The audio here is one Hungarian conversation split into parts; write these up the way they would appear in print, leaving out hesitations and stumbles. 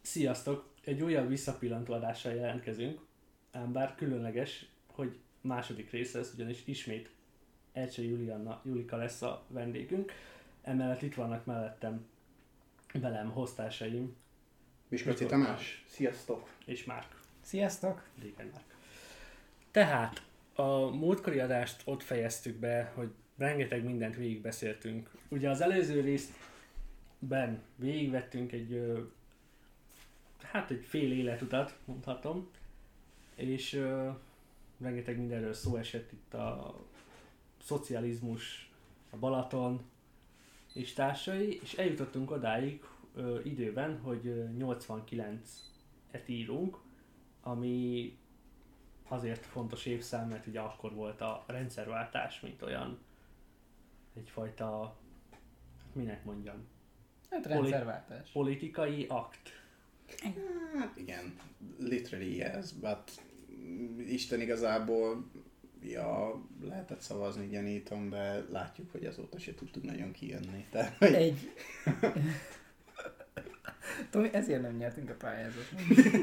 Sziasztok! Egy újabb visszapillantó adással jelentkezünk, ám bár különleges, hogy második része lesz, ugyanis ismét Elcsei Julika lesz a vendégünk. Emellett itt vannak mellettem velem hoztársaim. Miskolci Tamás. Sziasztok! És Márk. Sziasztok! Régen Márk. Tehát a múltkori adást ott fejeztük be, hogy rengeteg mindent végigbeszéltünk. Ugye az előző részben végigvettünk egy fél életutat, mondhatom, és rengeteg mindenről szó esett itt a szocializmus, a Balaton és társai, és eljutottunk odáig időben, hogy 89-et írunk, ami azért fontos évszám, mert ugye akkor volt a rendszerváltás, mint olyan egyfajta, minek mondjam, Hát rendszerváltás. politikai akt. Hát igen, literally yes, but Isten igazából, lehetett szavazni, gyanítom, de látjuk, hogy azóta se tudtuk nagyon kijönni. Tehát, hogy... Egy. Tomi, ezért nem nyertünk a pályázaton.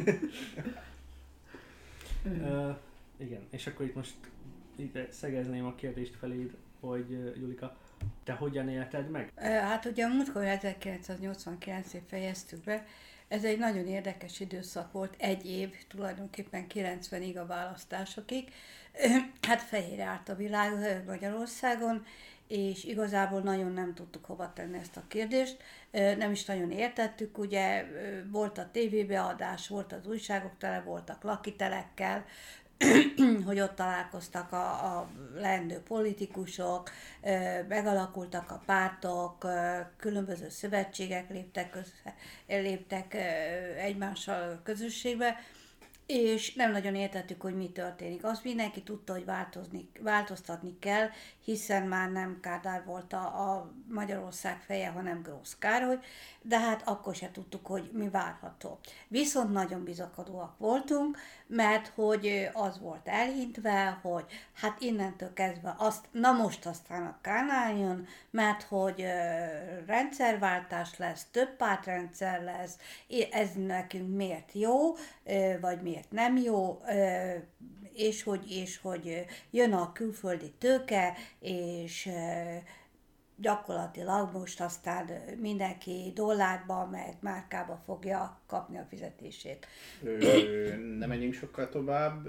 Igen, és akkor itt most ide szegezném a kérdést feléd, hogy Julika, te hogyan élted meg? Hát ugye a múltkor 1989-ig fejeztük be, ez egy nagyon érdekes időszak volt, egy év, tulajdonképpen 90-ig a választásokig. Hát fehérre állt a világ Magyarországon, és igazából nagyon nem tudtuk hova tenni ezt a kérdést, nem is nagyon értettük, ugye volt a tévébeadás, volt az újságok tele, voltak lakitelekkel, hogy ott találkoztak a leendő politikusok, megalakultak a pártok, különböző szövetségek léptek egymással közösségbe, és nem nagyon értettük, hogy mi történik. Azt mindenki tudta, hogy változtatni kell, hiszen már nem Kádár volt a Magyarország feje, hanem Grósz Károly, de hát akkor se tudtuk, hogy mi várható. Viszont nagyon bizakodóak voltunk, mert hogy az volt elhintve, hogy hát innentől kezdve most aztán a Kánál jön, mert hogy rendszerváltás lesz, több pártrendszer lesz, ez nekünk miért jó, vagy miért nem jó, és hogy jön a külföldi tőke, és gyakorlatilag most aztán mindenki dollárba, meg márkába fogja kapni a fizetését. Nem menjünk sokkal tovább.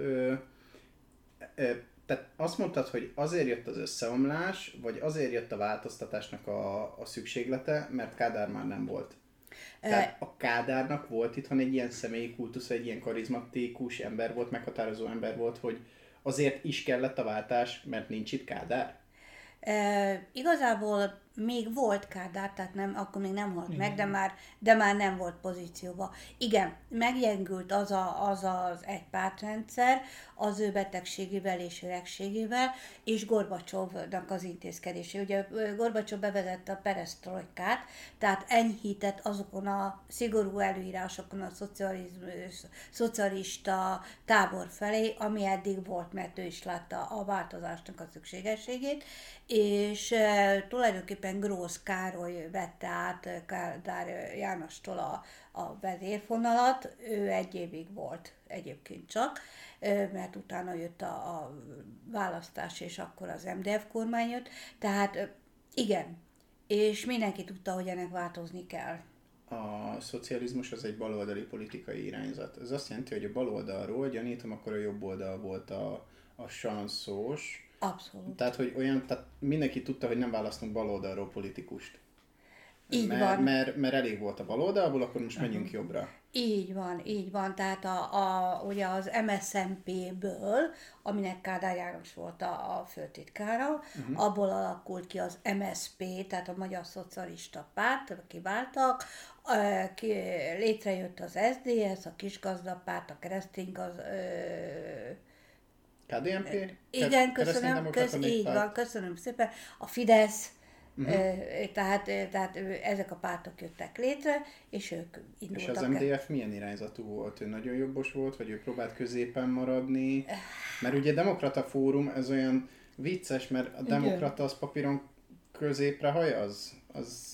Tehát azt mondtad, hogy azért jött az összeomlás, vagy azért jött a változtatásnak a szükséglete, mert Kádár már nem volt. Tehát a Kádárnak volt itthon egy ilyen személyi kultusz, egy ilyen karizmatikus ember volt, meghatározó ember volt, hogy azért is kellett a váltás, mert nincs itt Kádár? Igazából még volt Kádár, tehát akkor még nem halt meg, de már nem volt pozícióban. Igen, meggyengült az egy pártrendszer az ő betegségével és öregségével, és Gorbacsovnak az intézkedése. Ugye Gorbacsov bevezette a peresztrojkát, tehát enyhített azokon a szigorú előírásokon a szocialista tábor felé, ami eddig volt, mert ő is látta a változásnak a szükségességét, és tulajdonképpen Grósz Károly vette át Kádár Jánostól a vezérfonalat, ő egy évig volt egyébként csak, mert utána jött a választás, és akkor az MDF kormány jött, tehát igen, és mindenki tudta, hogy ennek változni kell. A szocializmus az egy baloldali politikai irányzat. Ez azt jelenti, hogy a baloldalról, gyanítom, akkor a jobb oldal volt a sanszós. Abszolút. Tehát, hogy tehát mindenki tudta, hogy nem választunk baloldalról politikust. Így van. Mert elég volt a baloldalból, akkor most menjünk jobbra. Így van. Tehát ugye az MSZNP-ből, aminek Kádár János volt a főtitkára, abból alakult ki az MSZP, tehát a Magyar Szocialista Párt, kiváltak, létrejött az SZDSZ, a Kisgazdapárt, a keresztény KDNP? Igen, köszönöm szépen. A Fidesz, tehát ezek a pártok jöttek létre, és ők indultak. És az MDF milyen irányzatú volt? Ő nagyon jobbos volt, vagy ő próbált középen maradni? Mert ugye Demokrata Fórum, ez olyan vicces, mert a Demokrata az papíron középre hajaz? Az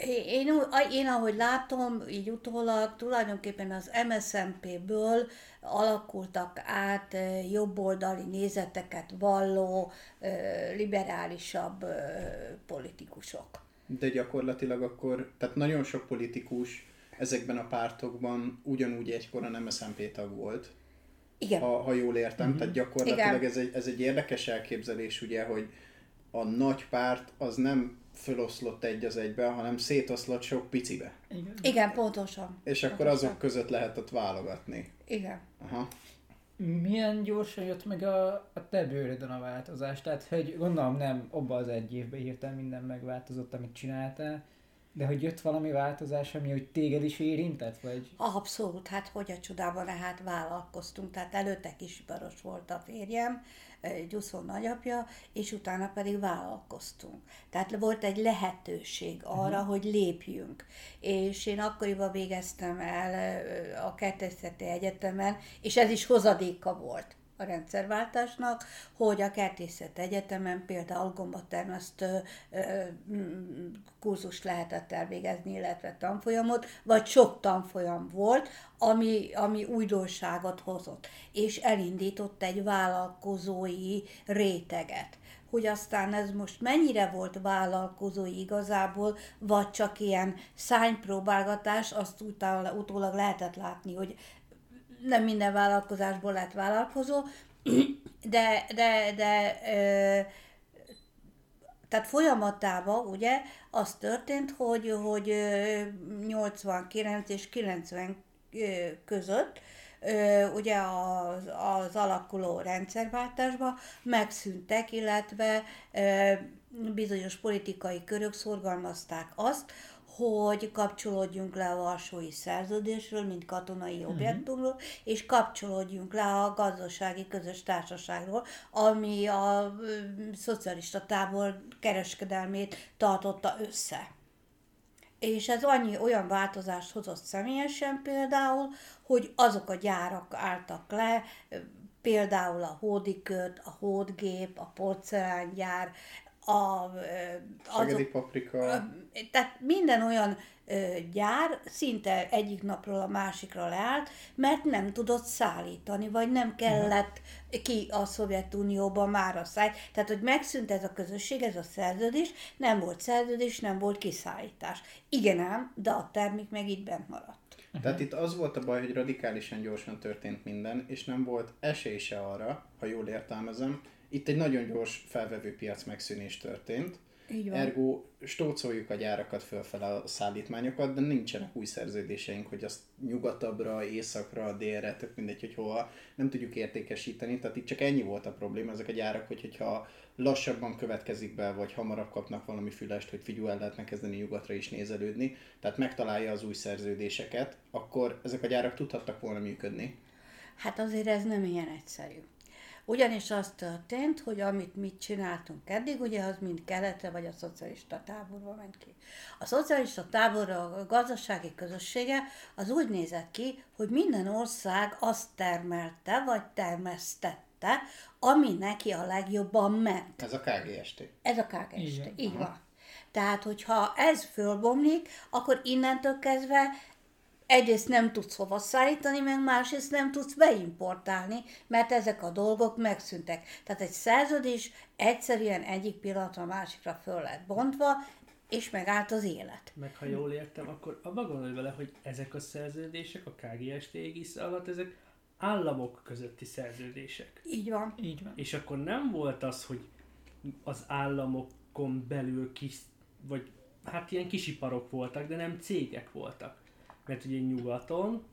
Én ahogy látom, így utólag tulajdonképpen az MSZNP-ből alakultak át jobboldali nézeteket valló, liberálisabb politikusok. De gyakorlatilag akkor, tehát nagyon sok politikus ezekben a pártokban ugyanúgy egykor a MSZNP tag volt. Igen. Ha jól értem, tehát gyakorlatilag ez egy érdekes elképzelés, ugye, hogy a nagy párt az nem föloszlott egy az egyben, hanem szétoszlott sok picibe. Igen, pontosan. És akkor azok között lehet ott válogatni. Igen. Aha. Milyen gyorsan jött meg a te bőrödön a változás? Tehát, hogy gondolom nem abban az egy évben hirtelen minden megváltozott, amit csináltál, de hogy jött valami változás, ami hogy téged is érintett, vagy? Abszolút, hát hogy a csodában, hát vállalkoztunk, tehát előtte kisiparos volt a férjem, Gyuszon nagyapja, és utána pedig vállalkoztunk. Tehát volt egy lehetőség arra, hogy lépjünk. És én akkoriban végeztem el a Kertészeti Egyetemen, és ez is hozadéka volt a rendszerváltásnak, hogy a Kertészeti Egyetemen például gombatermesztő kurzust lehetett elvégezni, illetve tanfolyamot, vagy sok tanfolyam volt, ami újdonságot hozott, és elindított egy vállalkozói réteget. Hogy aztán ez most mennyire volt vállalkozói igazából, vagy csak ilyen szánypróbálgatás, azt utólag lehetett látni, hogy nem minden vállalkozásból lett vállalkozó, tehát folyamatában ugye az történt, hogy 89 és 90 között ugye az alakuló rendszerváltásban megszűntek, illetve bizonyos politikai körök szorgalmazták azt, hogy kapcsolódjunk le a Varsói Szerződésről, mint katonai objektumról, és kapcsolódjunk le a gazdasági közös társaságról, ami a szocialista tábor kereskedelmét tartotta össze. És ez olyan változást hozott személyesen például, hogy azok a gyárak álltak le, például a hódiköt, a hódgép, a porcelángyár, Szegedi Paprika. Tehát minden olyan gyár szinte egyik napról a másikra leállt, mert nem tudott szállítani, vagy nem kellett ki a Szovjetunióban már a szállítás. Tehát, hogy megszűnt ez a közösség, ez a szerződés, nem volt szerződés, nem volt kiszállítás. Igen ám, de a termék meg itt bent maradt. Tehát itt az volt a baj, hogy radikálisan gyorsan történt minden, és nem volt esély se arra, ha jól értelmezem. Itt egy nagyon gyors felvevőpiac megszűnés történt. Ergo stócoljuk a gyárakat fölfele a szállítmányokat, de nincsenek új szerződéseink, hogy azt nyugatabbra, északra, délre, tök mindegy, hogy hova nem tudjuk értékesíteni. Tehát itt csak ennyi volt a probléma, ezek a gyárak, hogyha lassabban következik be, vagy hamarabb kapnak valami fülest, hogy figyelj, el lehetne kezdeni nyugatra is nézelődni, tehát megtalálja az új szerződéseket, akkor ezek a gyárak tudhattak volna működni. Hát azért ez nem ilyen egyszerű. Ugyanis az történt, hogy amit mit csináltunk eddig, ugye az mind keletre vagy a szocialista táborba ment ki. A szocialista tábor, a gazdasági közössége az úgy nézett ki, hogy minden ország azt termelte vagy termesztette, ami neki a legjobban ment. Ez a KGST. Ez a KGST, így van. Tehát, hogyha ez fölbomlik, akkor innentől kezdve egyrészt nem tudsz hova szállítani, meg másrészt nem tudsz beimportálni, mert ezek a dolgok megszűntek. Tehát egy szerződés egyszerűen egyik pillanatra a másikra föl lett bontva, és megállt az élet. Meg ha jól értem, akkor abba gondolj vele, hogy ezek a szerződések, a KGST égisze alatt, ezek államok közötti szerződések. Így van. Így van. És akkor nem volt az, hogy az államokon belül vagy hát ilyen kisiparok voltak, de nem cégek voltak. Mert ugye nyugaton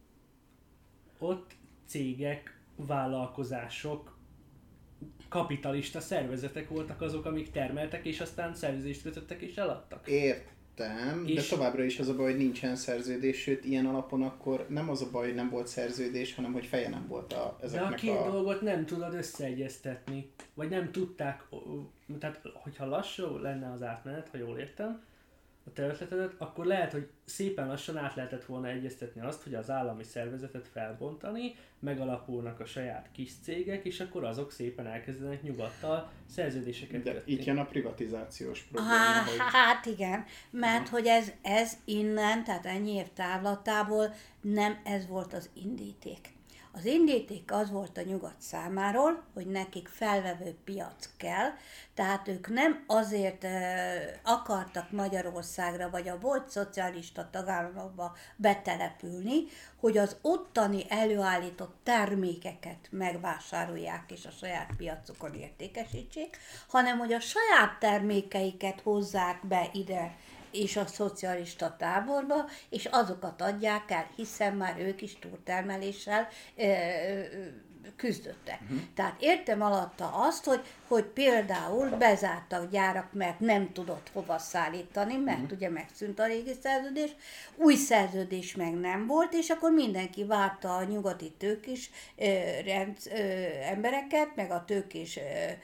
ott cégek, vállalkozások, kapitalista szervezetek voltak azok, amik termeltek, és aztán szerződést kötöttek és eladtak. Értem, de továbbra is az a baj, hogy nincsen szerződés, sőt ilyen alapon akkor nem az a baj, hogy nem volt szerződés, hanem hogy feje nem volt ezeknek de a két dolgot nem tudod összeegyeztetni, vagy nem tudták, tehát hogyha lassú lenne az átmenet, ha jól értem, a te ötletedet, akkor lehet, hogy szépen lassan át lehetett volna egyeztetni azt, hogy az állami szervezetet felbontani, megalapulnak a saját kis cégek, és akkor azok szépen elkezdenek nyugattal szerződéseket De kötni. itt jön a privatizációs probléma, hogy... Hát igen, mert hogy ez innen, tehát ennyi év távlatából nem ez volt az indíték. Az indíték az volt a nyugat számáról, hogy nekik felvevő piac kell, tehát ők nem azért akartak Magyarországra vagy a volt szocialista tagállamokba betelepülni, hogy az ottani előállított termékeket megvásárolják és a saját piacukon értékesítsék, hanem hogy a saját termékeiket hozzák be ide és a szocialista táborba, és azokat adják el, hiszen már ők is túltermeléssel küzdöttek. Tehát értem alatta azt, hogy például bezártak gyárak, mert nem tudott hova szállítani, mert ugye megszűnt a régi szerződés, új szerződés meg nem volt, és akkor mindenki várta a nyugati tőkés embereket, meg a tőkés,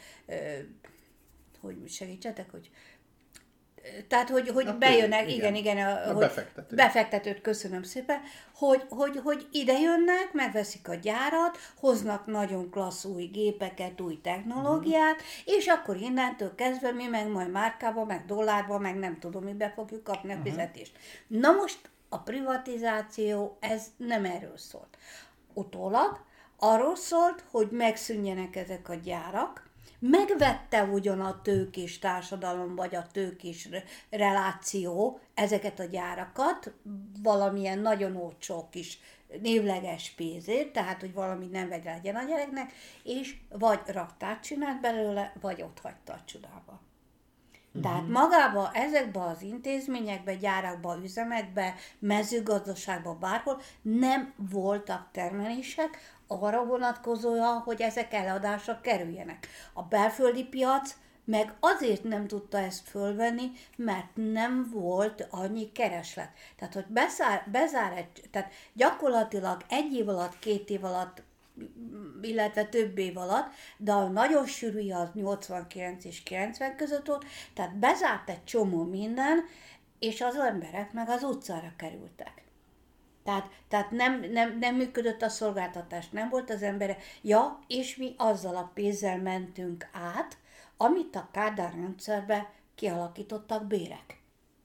hogy segítsetek, hogy tehát, hogy bejönnek, igen, a befektetőt, köszönöm szépen, hogy ide jönnek, megveszik a gyárat, hoznak nagyon klassz új gépeket, új technológiát, és akkor innentől kezdve mi meg majd márkába, meg dollárba, meg nem tudom, mibe fogjuk kapni a fizetést. Na most a privatizáció, ez nem erről szólt. Utólag arról szólt, hogy megszűnjenek ezek a gyárak, megvette ugyan a tőkés társadalom, vagy a tőkés reláció ezeket a gyárakat, valamilyen nagyon olcsó kis névleges pénzért, tehát, hogy valami nem vegy legyen a gyereknek, és vagy raktárt csinált belőle, vagy ott hagyta a csodába. Tehát magába, ezekbe az intézményekbe, gyárakba, üzemekbe, mezőgazdaságba, bárhol nem voltak termelések, arra vonatkozóan, hogy ezek eladásra kerüljenek. A belföldi piac meg azért nem tudta ezt fölvenni, mert nem volt annyi kereslet. Tehát, hogy tehát gyakorlatilag 1 év alatt, 2 év alatt, illetve több év alatt, de a nagyon sűrű az 89 és 90 között volt, tehát bezárt egy csomó minden, és az emberek meg az utcára kerültek. Tehát nem működött a szolgáltatás, nem volt az embere. Ja, és mi azzal a pénzzel mentünk át, amit a Kádár rendszerbe kialakítottak bérek.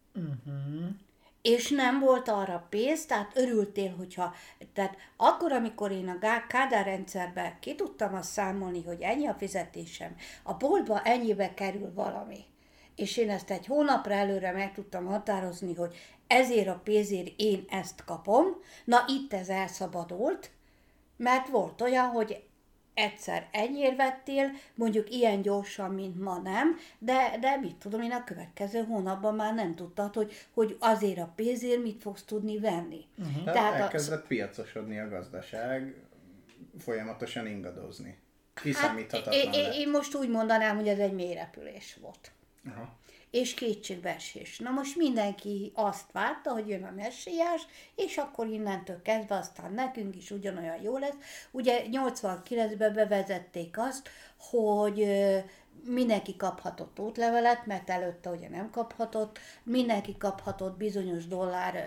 És nem volt arra pénz, tehát örültél, tehát akkor, amikor én a Kádár rendszerbe ki tudtam azt számolni, hogy ennyi a fizetésem, a boltba ennyibe kerül valami, és én ezt egy hónapra előre meg tudtam határozni, hogy ezért a pénzért én ezt kapom, na itt ez elszabadult, mert volt olyan, hogy egyszer ennyire vettél, mondjuk ilyen gyorsan, mint ma nem, de mit tudom én, a következő hónapban már nem tudtad, hogy azért a pénzért mit fogsz tudni venni. Tehát elkezdett piacosodni a gazdaság, folyamatosan ingadozni. Kiszámíthatatlan lett. Én most úgy mondanám, hogy ez egy mélyrepülés volt. Aha. És kétségbeesés. Na most mindenki azt várta, hogy jön a messiás, és akkor innentől kezdve aztán nekünk is ugyanolyan jó lesz. Ugye 89-ben bevezették azt, hogy mindenki kaphatott útlevelet, mert előtte ugye nem kaphatott, mindenki kaphatott bizonyos dollár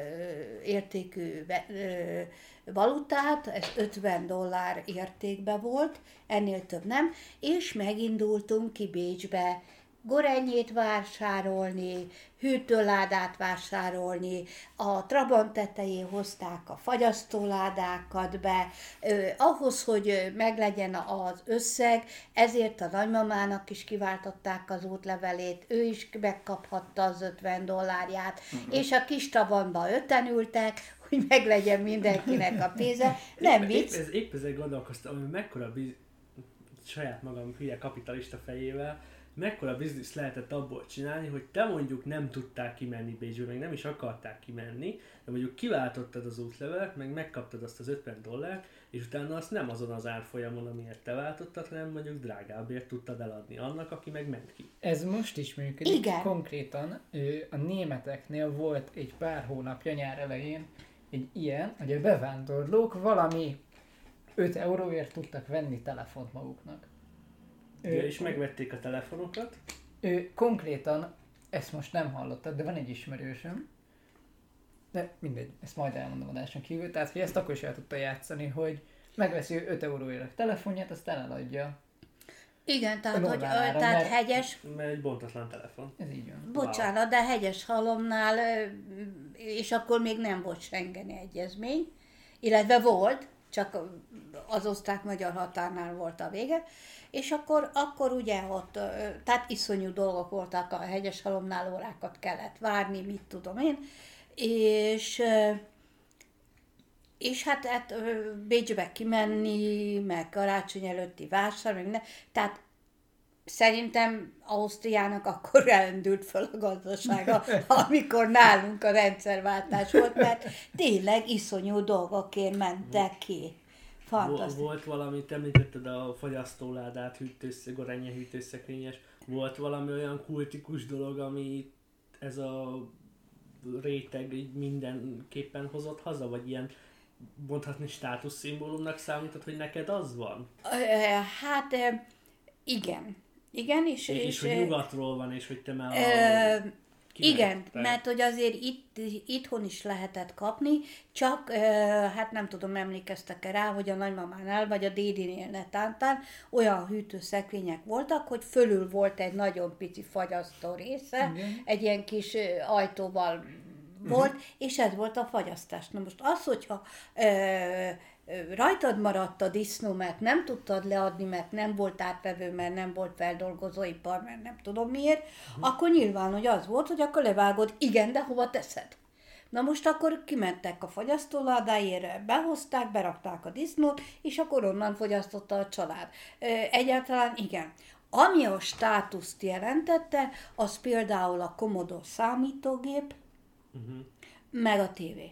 értékű valutát, ez $50 értékben volt, ennél több nem, és megindultunk ki Bécsbe, gorennyét vásárolni, hűtőládát vásárolni, a Trabant tetején hozták a fagyasztóládákat be, ahhoz, hogy meglegyen az összeg, ezért a nagymamának is kiváltották az útlevelét, ő is megkaphatta az $50, és a kis Trabantba 5-en ültek, hogy meglegyen mindenkinek a pénze. Nem vicc. Épp ezzel gondolkoztam, hogy mekkora saját magam hülye kapitalista fejével, mekkora biznisz lehetett abból csinálni, hogy te mondjuk nem tudtál kimenni Bécsbe, meg nem is akarták kimenni, de mondjuk kiváltottad az útlevelet, meg megkaptad azt az $50, és utána azt nem azon az árfolyamon, amiért te váltottad, hanem mondjuk drágábbért tudtad eladni annak, aki meg ment ki. Ez most is működik. Igen. Konkrétan a németeknél volt egy pár hónapja nyár elején egy ilyen, hogy a bevándorlók valami 5 euróért tudtak venni telefont maguknak. És megvették a telefonokat. Konkrétan ezt most nem hallottad, de van egy ismerősöm, de mindegy, ezt majd elmondom adáson kívül, tehát hogy ezt akkor is el tudta játszani, hogy megveszi 5 euróért a telefonját, aztán eladja. Igen, tehát, hogy, Nullára, tehát mert- hegyes, Mert egy bontatlan telefon. Ez így van. bocsánat, de hegyes halomnál, és akkor még nem volt Schengeni egyezmény, illetve volt, csak az osztrák-magyar határnál volt a vége, és akkor ugye ott, tehát iszonyú dolgok voltak a hegyes halomnál, órákat kellett várni, mit tudom én, és hát Bécsbe kimenni, meg karácsony előtti vásár, meg minden. Tehát szerintem Ausztriának akkor rendült föl a gazdasága, amikor nálunk a rendszerváltás volt, mert tényleg iszonyú dolgokért mentek ki. Fantasztikus. Volt valami, te említetted a fagyasztóládát, gorennye hűtőszekrényes, volt valami olyan kultikus dolog, ami ez a réteg így mindenképpen hozott haza, vagy ilyen mondhatni státuszszimbólumnak számított, hogy neked az van? Hát igen. Igen, És hogy nyugatról van, és hogy te már igen, mert hogy azért itthon is lehetett kapni, csak hát nem tudom, emlékeztek-e rá, hogy a nagymamánál vagy a dédinél netántán olyan hűtőszekrények voltak, hogy fölül volt egy nagyon pici fagyasztó része, egy ilyen kis ajtóval volt, és ez volt a fagyasztás. Na most az, hogyha rajtad maradt a disznó, mert nem tudtad leadni, mert nem volt átvevő, mert nem volt feldolgozóipar, mert nem tudom miért, akkor nyilván, hogy az volt, hogy akkor levágod, igen, de hova teszed? Na most akkor kimentek a fagyasztóládáért, behozták, berakták a disznót, és akkor onnan fogyasztotta a család. Egyáltalán igen. Ami a státuszt jelentette, az például a Commodore számítógép, meg a tévé.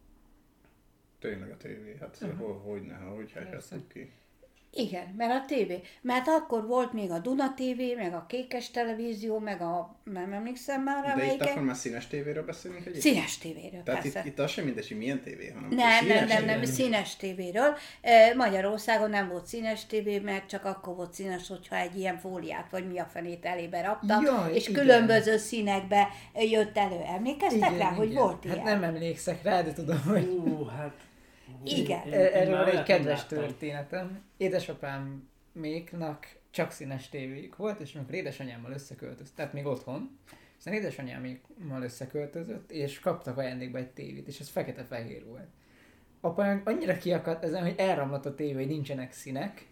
Tényleg a tévé, hát hogy helyeztük ki. Igen, mert a tévé. Mert akkor volt még a Duna tévé, meg a kékes televízió, meg a, nem emlékszem már rá, De itt melyiket. akkor már színes tévéről beszélünk egyébként? Színes tévéről, Tehát persze. itt az sem mindegy, hogy milyen tévé, hanem Nem, színes tévéről. Magyarországon nem volt színes tévé, mert csak akkor volt színes, hogyha egy ilyen fóliát, vagy mi a fenét elébe raktak, Jaj, és igen. különböző színekbe jött elő. Emlékeztek rá, hogy volt ilyen? Hát nem emlékszek rá, de tudom, hogy... Hát... Igen. Erről már egy nem kedves láttam. történetem. Édesapáméknak csak színes tévéjük volt, és amikor édesanyámmal összeköltözött, tehát még otthon, aztán édesanyámmal összeköltözött, és kaptak ajándékba egy tévét, és ez fekete-fehér volt. Apám annyira kiakadt ezen, hogy elromlott a tévé, hogy nincsenek színek,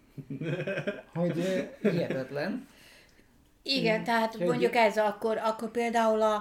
hogy hihetetlen. Igen, tehát Úgyhogy- mondjuk ez akkor például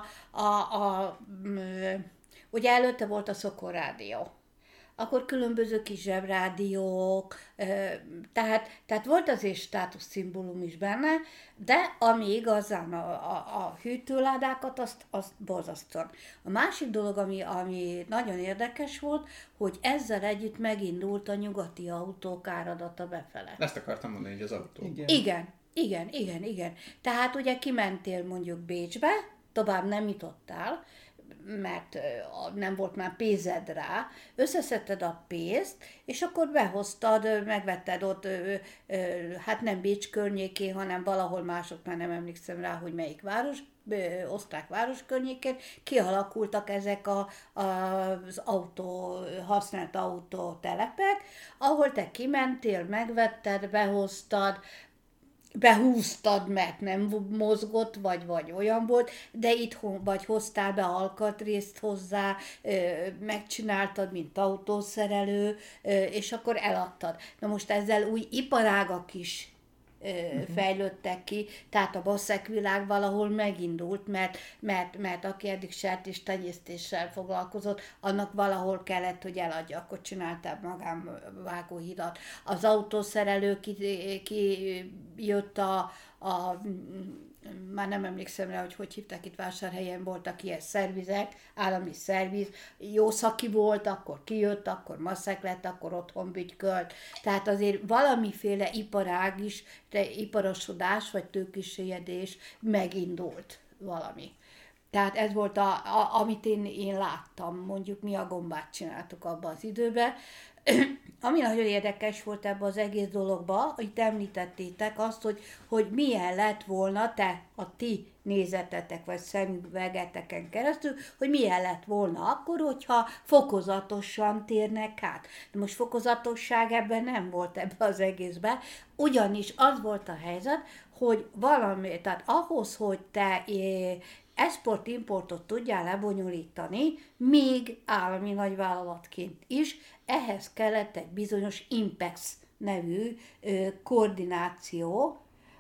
ugye előtte volt a Szokor rádió. Akkor különböző kis zsebrádiók, tehát volt azért státuszszimbólum is benne, de ami igazán a hűtőládákat, azt borzasztóan. A másik dolog, ami nagyon érdekes volt, hogy ezzel együtt megindult a nyugati autók áradata befele. Ezt akartam mondani, hogy az autó. Igen. Tehát ugye kimentél mondjuk Bécsbe, tovább nem jutottál, mert nem volt már pénzed rá, összeszedted a pénzt, és akkor behoztad, megvetted ott, hát nem Bécs környékén, hanem valahol mások, már nem emlékszem rá, hogy melyik város, osztrák város környékén, kialakultak ezek az használt autótelepek, ahol te kimentél, megvetted, behúztad, mert nem mozgott, vagy olyan volt, de itthon vagy hoztál be alkatrészt hozzá, megcsináltad, mint autószerelő, és akkor eladtad. Na most ezzel új iparágak is fejlődtek ki, tehát a baszek világ valahol megindult, mert aki eddig sertéstenyésztéssel foglalkozott, annak valahol kellett, hogy eladja, akkor csináltál magánvágóhidat. Az autószerelő ki jött már nem emlékszem rá, hogy hívták, itt Vásárhelyen voltak ilyen szervizek, állami szerviz, jó szaki volt, akkor kijött, akkor maszek lett, akkor otthon bütykölt. Tehát azért valamiféle iparág is, iparosodás vagy tőkésüllyedés megindult valami. Tehát ez volt, amit én láttam, mondjuk mi a gombát csináltuk abban az időben. ami nagyon érdekes volt ebben az egész dologban, itt említettétek azt, hogy milyen lett volna a ti nézetetek, vagy szemüvegeteken keresztül, hogy milyen lett volna akkor, hogyha fokozatosan térnek át. De most fokozatosság ebben nem volt ebben az egészben, ugyanis az volt a helyzet, hogy valami, tehát ahhoz, hogy te export-importot tudjál lebonyolítani, még állami nagyvállalatként is, ehhez kellett egy bizonyos IMPEX nevű koordináció,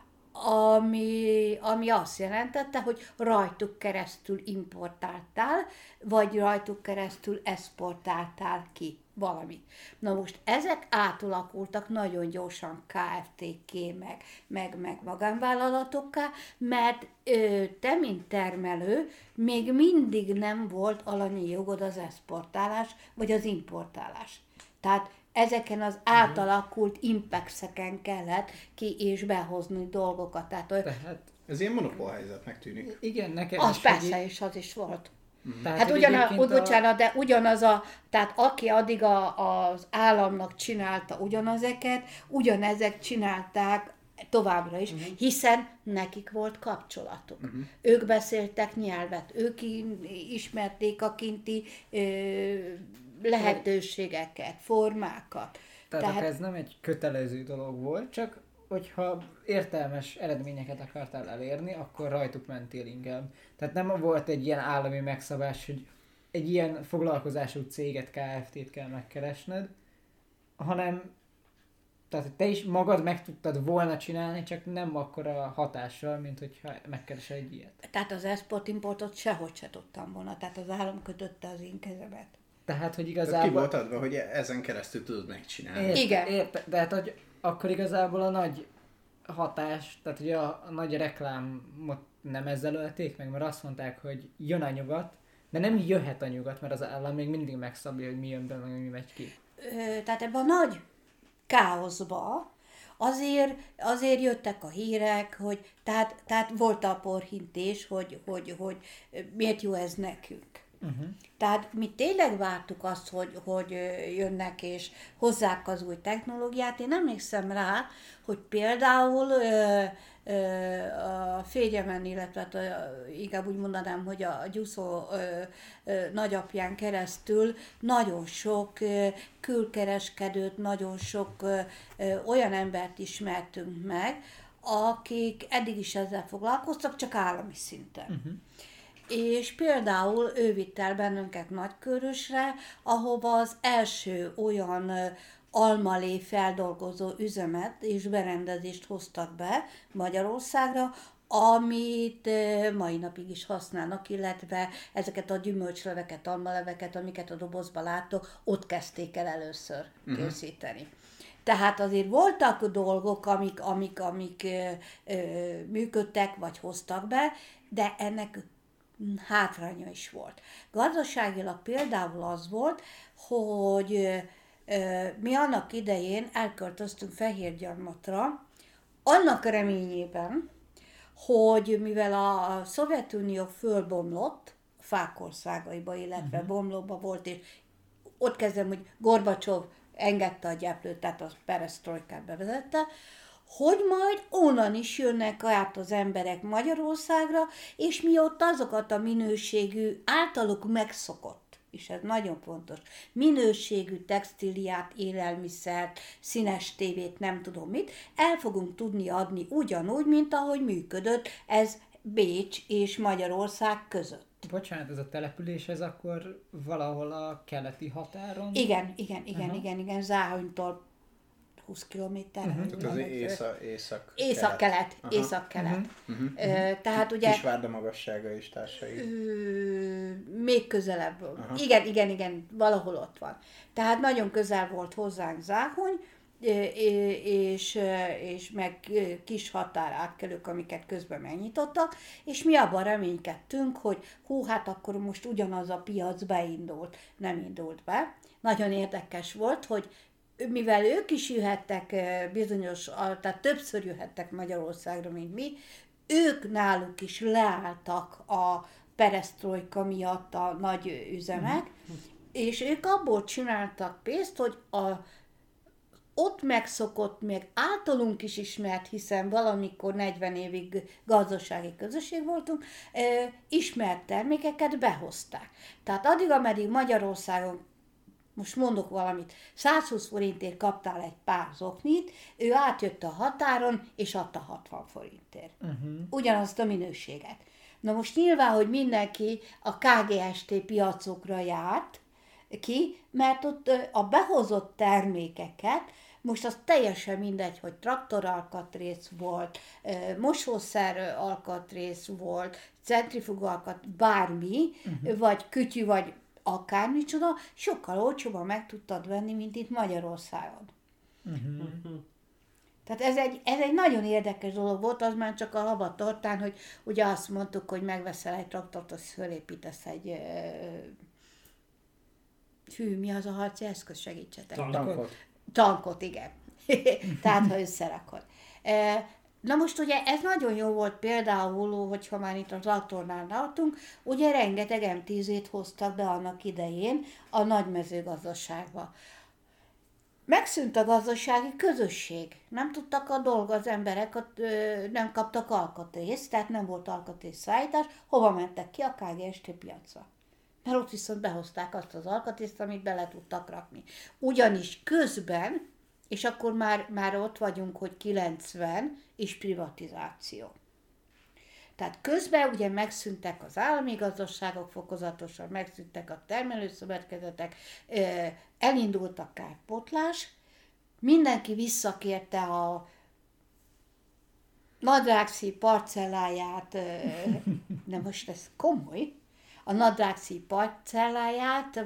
ami azt jelentette, hogy rajtuk keresztül importáltál, vagy rajtuk keresztül exportáltál ki valamit. Na most ezek átalakultak nagyon gyorsan KFT-ké, meg magánvállalatokká, mert te, mint termelő, még mindig nem volt alanyi jogod az exportálás, vagy az importálás. Tehát ezeken az átalakult impexeken kellett ki és behozni dolgokat. Tehát ez ilyen monopól-helyzetnek tűnik. Igen, nekem az is. persze, és az is volt. Tehát, Hát bocsánat, de ugyanaz tehát aki addig az államnak csinálta ugyanezeket, ugyanezek csinálták továbbra is, hiszen nekik volt kapcsolatuk. Ők beszéltek nyelvet, ők ismerték a kinti lehetőségeket, formákat. Tehát ez nem egy kötelező dolog volt, csak hogyha értelmes eredményeket akartál elérni, akkor rajtuk mentél inkább. Tehát nem volt egy ilyen állami megszabás, hogy egy ilyen foglalkozású céget, KFT-t kell megkeresned, hanem tehát te is magad meg tudtad volna csinálni, csak nem akkora hatással, mint hogyha megkeresel egy ilyet. Tehát az export-importot sehogy se tudtam volna, tehát az állam kötötte az én kezemet. Tehát, hogy igazából... Tehát ki volt adva, hogy ezen keresztül tudod megcsinálni. Igen. Tehát, hogy akkor igazából a nagy hatás, tehát hogy a nagy reklámot nem ezzel ölték meg, mert azt mondták, hogy jön a nyugat, de nem jöhet a nyugat, mert az állam még mindig megszabja, hogy mi jön be, meg mi megy ki. Tehát ebben a nagy káoszba azért jöttek a hírek, hogy tehát volt a porhintés, hogy miért jó ez nekünk. Tehát mi tényleg vártuk azt, hogy jönnek és hozzák az új technológiát. Én emlékszem rá, hogy például a férjemen, illetve inkább úgy mondanám, hogy a Gyuszó nagyapján keresztül nagyon sok külkereskedőt, nagyon sok olyan embert ismertünk meg, akik eddig is ezzel foglalkoztak, csak állami szinten. És például ő vitt el bennünket Nagykörösre, ahova az első olyan almalé feldolgozó üzemet és berendezést hoztak be Magyarországra, amit mai napig is használnak, illetve ezeket a gyümölcsleveket, almaleveket, amiket a dobozban láttok, ott kezdték el először készíteni. Tehát azért voltak dolgok, amik működtek, vagy hoztak be, de ennek hátránya is volt. Gazdaságilag például az volt, hogy mi annak idején elköltöztünk Fehérgyarmatra, annak reményében, hogy mivel a Szovjetunió fölbomlott, a fák országaiba, illetve bomlóba volt, és ott kezdem, hogy Gorbacsov engedte a gyeplőt, tehát a peresztrojkát bevezette, hogy majd onnan is jönnek át az emberek Magyarországra, és mi ott azokat a minőségű, általuk megszokott, és ez nagyon fontos, minőségű textíliát, élelmiszert, színes tévét, nem tudom mit, el fogunk tudni adni ugyanúgy, mint ahogy működött ez Bécs és Magyarország között. Bocsánat, ez a település, ez akkor valahol a keleti határon? Igen, Záhonytól 20 kilométerre. Tehát az észak-kelet. Tehát ugye... Kisvárda magassága és társai. Még közelebb. Igen, valahol ott van. Tehát nagyon közel volt hozzánk Záhony, és meg kis határátkelők, amiket közben megnyitottak, és mi abban reménykedtünk, hogy hát akkor most ugyanaz a piac beindult. Nem indult be. Nagyon érdekes volt, hogy mivel ők is jöhettek tehát többször jöhettek Magyarországra, mint mi, ők náluk is leálltak a peresztrojka miatt a nagy üzemek, és ők abból csináltak pénzt, hogy ott megszokott, még általunk is ismert, hiszen valamikor 40 évig gazdasági közösség voltunk, ismert termékeket behozták. Tehát addig, ameddig Magyarországon, most mondok valamit, 120 forintért kaptál egy pár zoknit, ő átjött a határon, és adta 60 forintért. Ugyanazt a minőséget. Na most nyilván, hogy mindenki a KGST piacokra járt ki, mert ott a behozott termékeket, most az teljesen mindegy, hogy traktoralkatrész volt, mosószer alkatrész volt, centrifugalkat, bármi, vagy kütyű, vagy akármicsoda, sokkal olcsóban meg tudtad venni, mint itt Magyarországon. Tehát ez egy nagyon érdekes dolog volt, az már csak a habatortán, hogy ugye azt mondtuk, hogy megveszel egy traktort, azt fölépítesz egy mi az a harci eszköz, segítsetek. Tankot, igen. Tehát, ha összerakod. Na most ugye ez nagyon jó volt például, hogyha már itt a traktornál tartunk, ugye rengeteg M10-ét hoztak be annak idején a nagy mezőgazdaságba. Megszűnt a gazdasági közösség. Nem tudtak a dolga az emberek, nem kaptak alkatrészt, tehát nem volt alkatrészszállítás. Hova mentek ki? A KGST piacra. Mert ott viszont behozták azt az alkatrészt, amit bele tudtak rakni. Ugyanis közben, és akkor már ott vagyunk, hogy 90 és privatizáció. Tehát közben ugye megszűntek az állami gazdaságok fokozatosan, megszűntek a termelőszövetkezetek, elindult a kárpótlás, mindenki visszakérte a nadrágszíj parcelláját, de most ez komoly, a nadrágszíj parcelláját,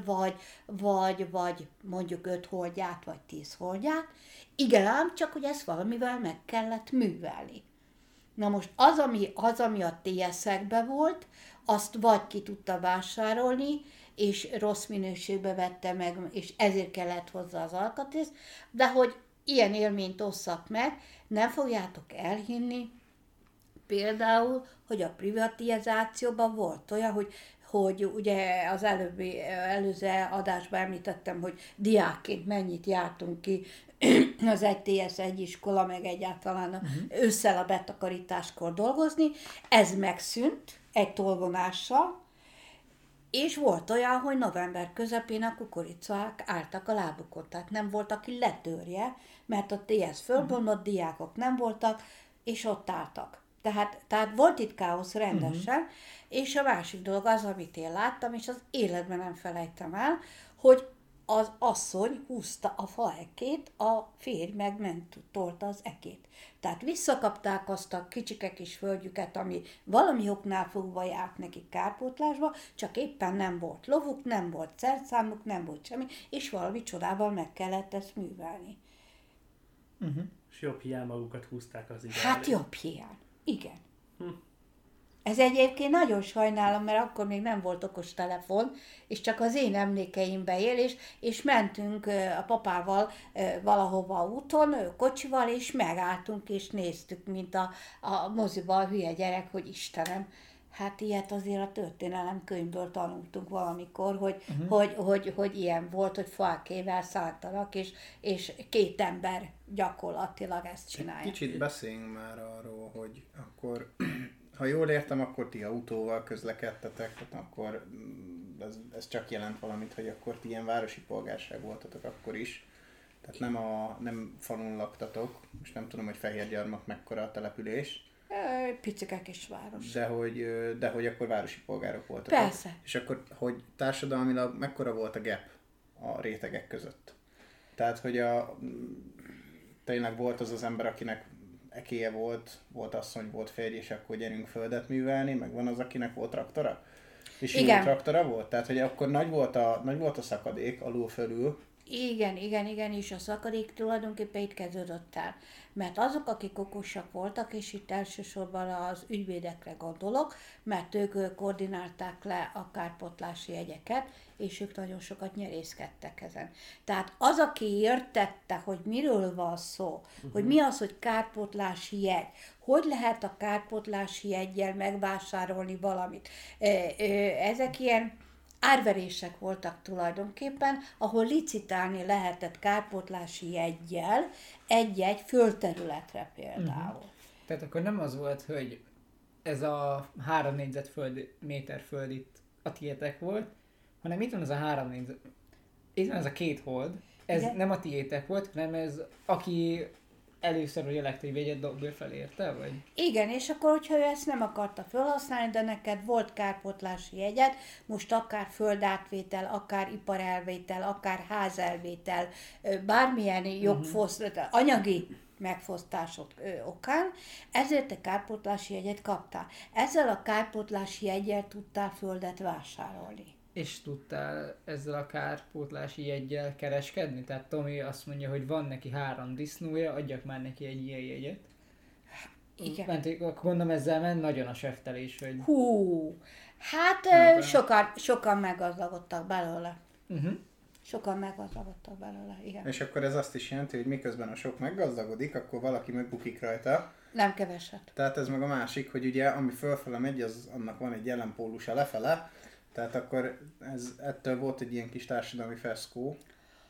vagy mondjuk 5 holdját, vagy 10 holdját. Igen ám, csak hogy ezt valamivel meg kellett művelni. Na most az, ami a TS-ekben volt, azt vagy ki tudta vásárolni, és rossz minőségbe vette meg, és ezért kellett hozzá az alkatrész, de hogy ilyen élményt osszak meg, nem fogjátok elhinni, például, hogy a privatizációban volt olyan, hogy ugye az előző adásban említettem, hogy diákként mennyit jártunk ki az 1TS1 iskola, meg egyáltalán ősszel a betakarításkor dolgozni. Ez megszűnt egy tolvonással, és volt olyan, hogy november közepén a kukoricák álltak a lábukon, tehát nem volt, aki letörje, mert a TS fölbomlott, diákok nem voltak, és ott álltak. Tehát volt itt káosz rendesen, és a másik dolog az, amit én láttam, és az életben nem felejtem el, hogy az asszony húzta a faekét, a férj meg tolta az ekét. Tehát visszakapták azt a kicsike kis földjüket, ami valami oknál fogva járt nekik kárpótlásba, csak éppen nem volt lovuk, nem volt szerszámuk, nem volt semmi, és valami csodával meg kellett ezt művelni. És jobb hiány magukat húzták az ideális. Hát jobb hiány. Igen. Ez egyébként nagyon sajnálom, mert akkor még nem volt okos telefon, és csak az én emlékeimbe él, és mentünk a papával valahova úton, kocsival, és megálltunk, és néztük, mint a moziban a hülye gyerek, hogy Istenem, hát ilyet azért a történelem könyvből tanultunk valamikor, hogy ilyen volt, hogy falkével szálltanak, és 2 ember gyakorlatilag ezt csinálja. Kicsit beszéljünk már arról, hogy akkor, ha jól értem, akkor ti autóval közlekedtetek, tehát akkor ez csak jelent valamit, hogy akkor ti ilyen városi polgárság voltatok akkor is. Tehát nem falun laktatok, és nem tudom, hogy Fehérgyarmat mekkora a település. Picike kis város. De hogy akkor városi polgárok voltatok. Persze. És akkor, hogy társadalmilag mekkora volt a gap a rétegek között. Tehát, hogy tényleg volt az ember, akinek ekéje volt asszony, volt férj, és akkor gyerünk földet művelni, meg van az, akinek volt traktora. És jó traktora volt? Tehát, hogy akkor nagy volt a szakadék alul-fölül. Igen, és a szakadék tulajdonképpen itt kezdődött el. Mert azok, akik okosak voltak, és itt elsősorban az ügyvédekre gondolok, mert ők koordinálták le a kárpótlási jegyeket, és ők nagyon sokat nyerészkedtek ezen. Tehát az, aki értette, hogy miről van szó, hogy mi az, hogy kárpótlási jegy, hogy lehet a kárpótlási jeggyel megvásárolni valamit. Ezek ilyen árverések voltak tulajdonképpen, ahol licitálni lehetett kárpótlási jeggyel egy-egy földterületre például. Tehát akkor nem az volt, hogy ez a 3 négyzetméter föld itt a tiétek volt, hanem itt van ez a 3 négyzet... Itt van ez a 2 hold, ez igen. Nem a tiétek volt, hanem ez aki először a elektai vegyet dobja fel érte, vagy? Igen, és akkor, hogyha ő ezt nem akarta felhasználni, de neked volt kárpótlási jegyed, most akár földátvétel, akár iparelvétel, akár házelvétel, bármilyen jogfosztás, anyagi megfosztásod okán, ezért te kárpótlási jegyet kaptál. Ezzel a kárpótlási jeggyel tudtál földet vásárolni. És tudtál ezzel a kárpótlási jeggyel kereskedni? Tehát Tomi azt mondja, hogy van neki 3 disznója, adjak már neki egy ilyen jegyet. Igen. Akkor gondolom ezzel ment nagyon a seftelés, hogy... Hát sokan meggazdagodtak belőle. Sokan meggazdagodtak belőle, igen. És akkor ez azt is jelenti, hogy miközben a sok meggazdagodik, akkor valaki megbukik rajta. Nem keveset. Tehát ez meg a másik, hogy ugye ami fölfele megy, az annak van egy ellenpólusa lefele. Tehát akkor ettől volt egy ilyen kis társadalmi feszkó.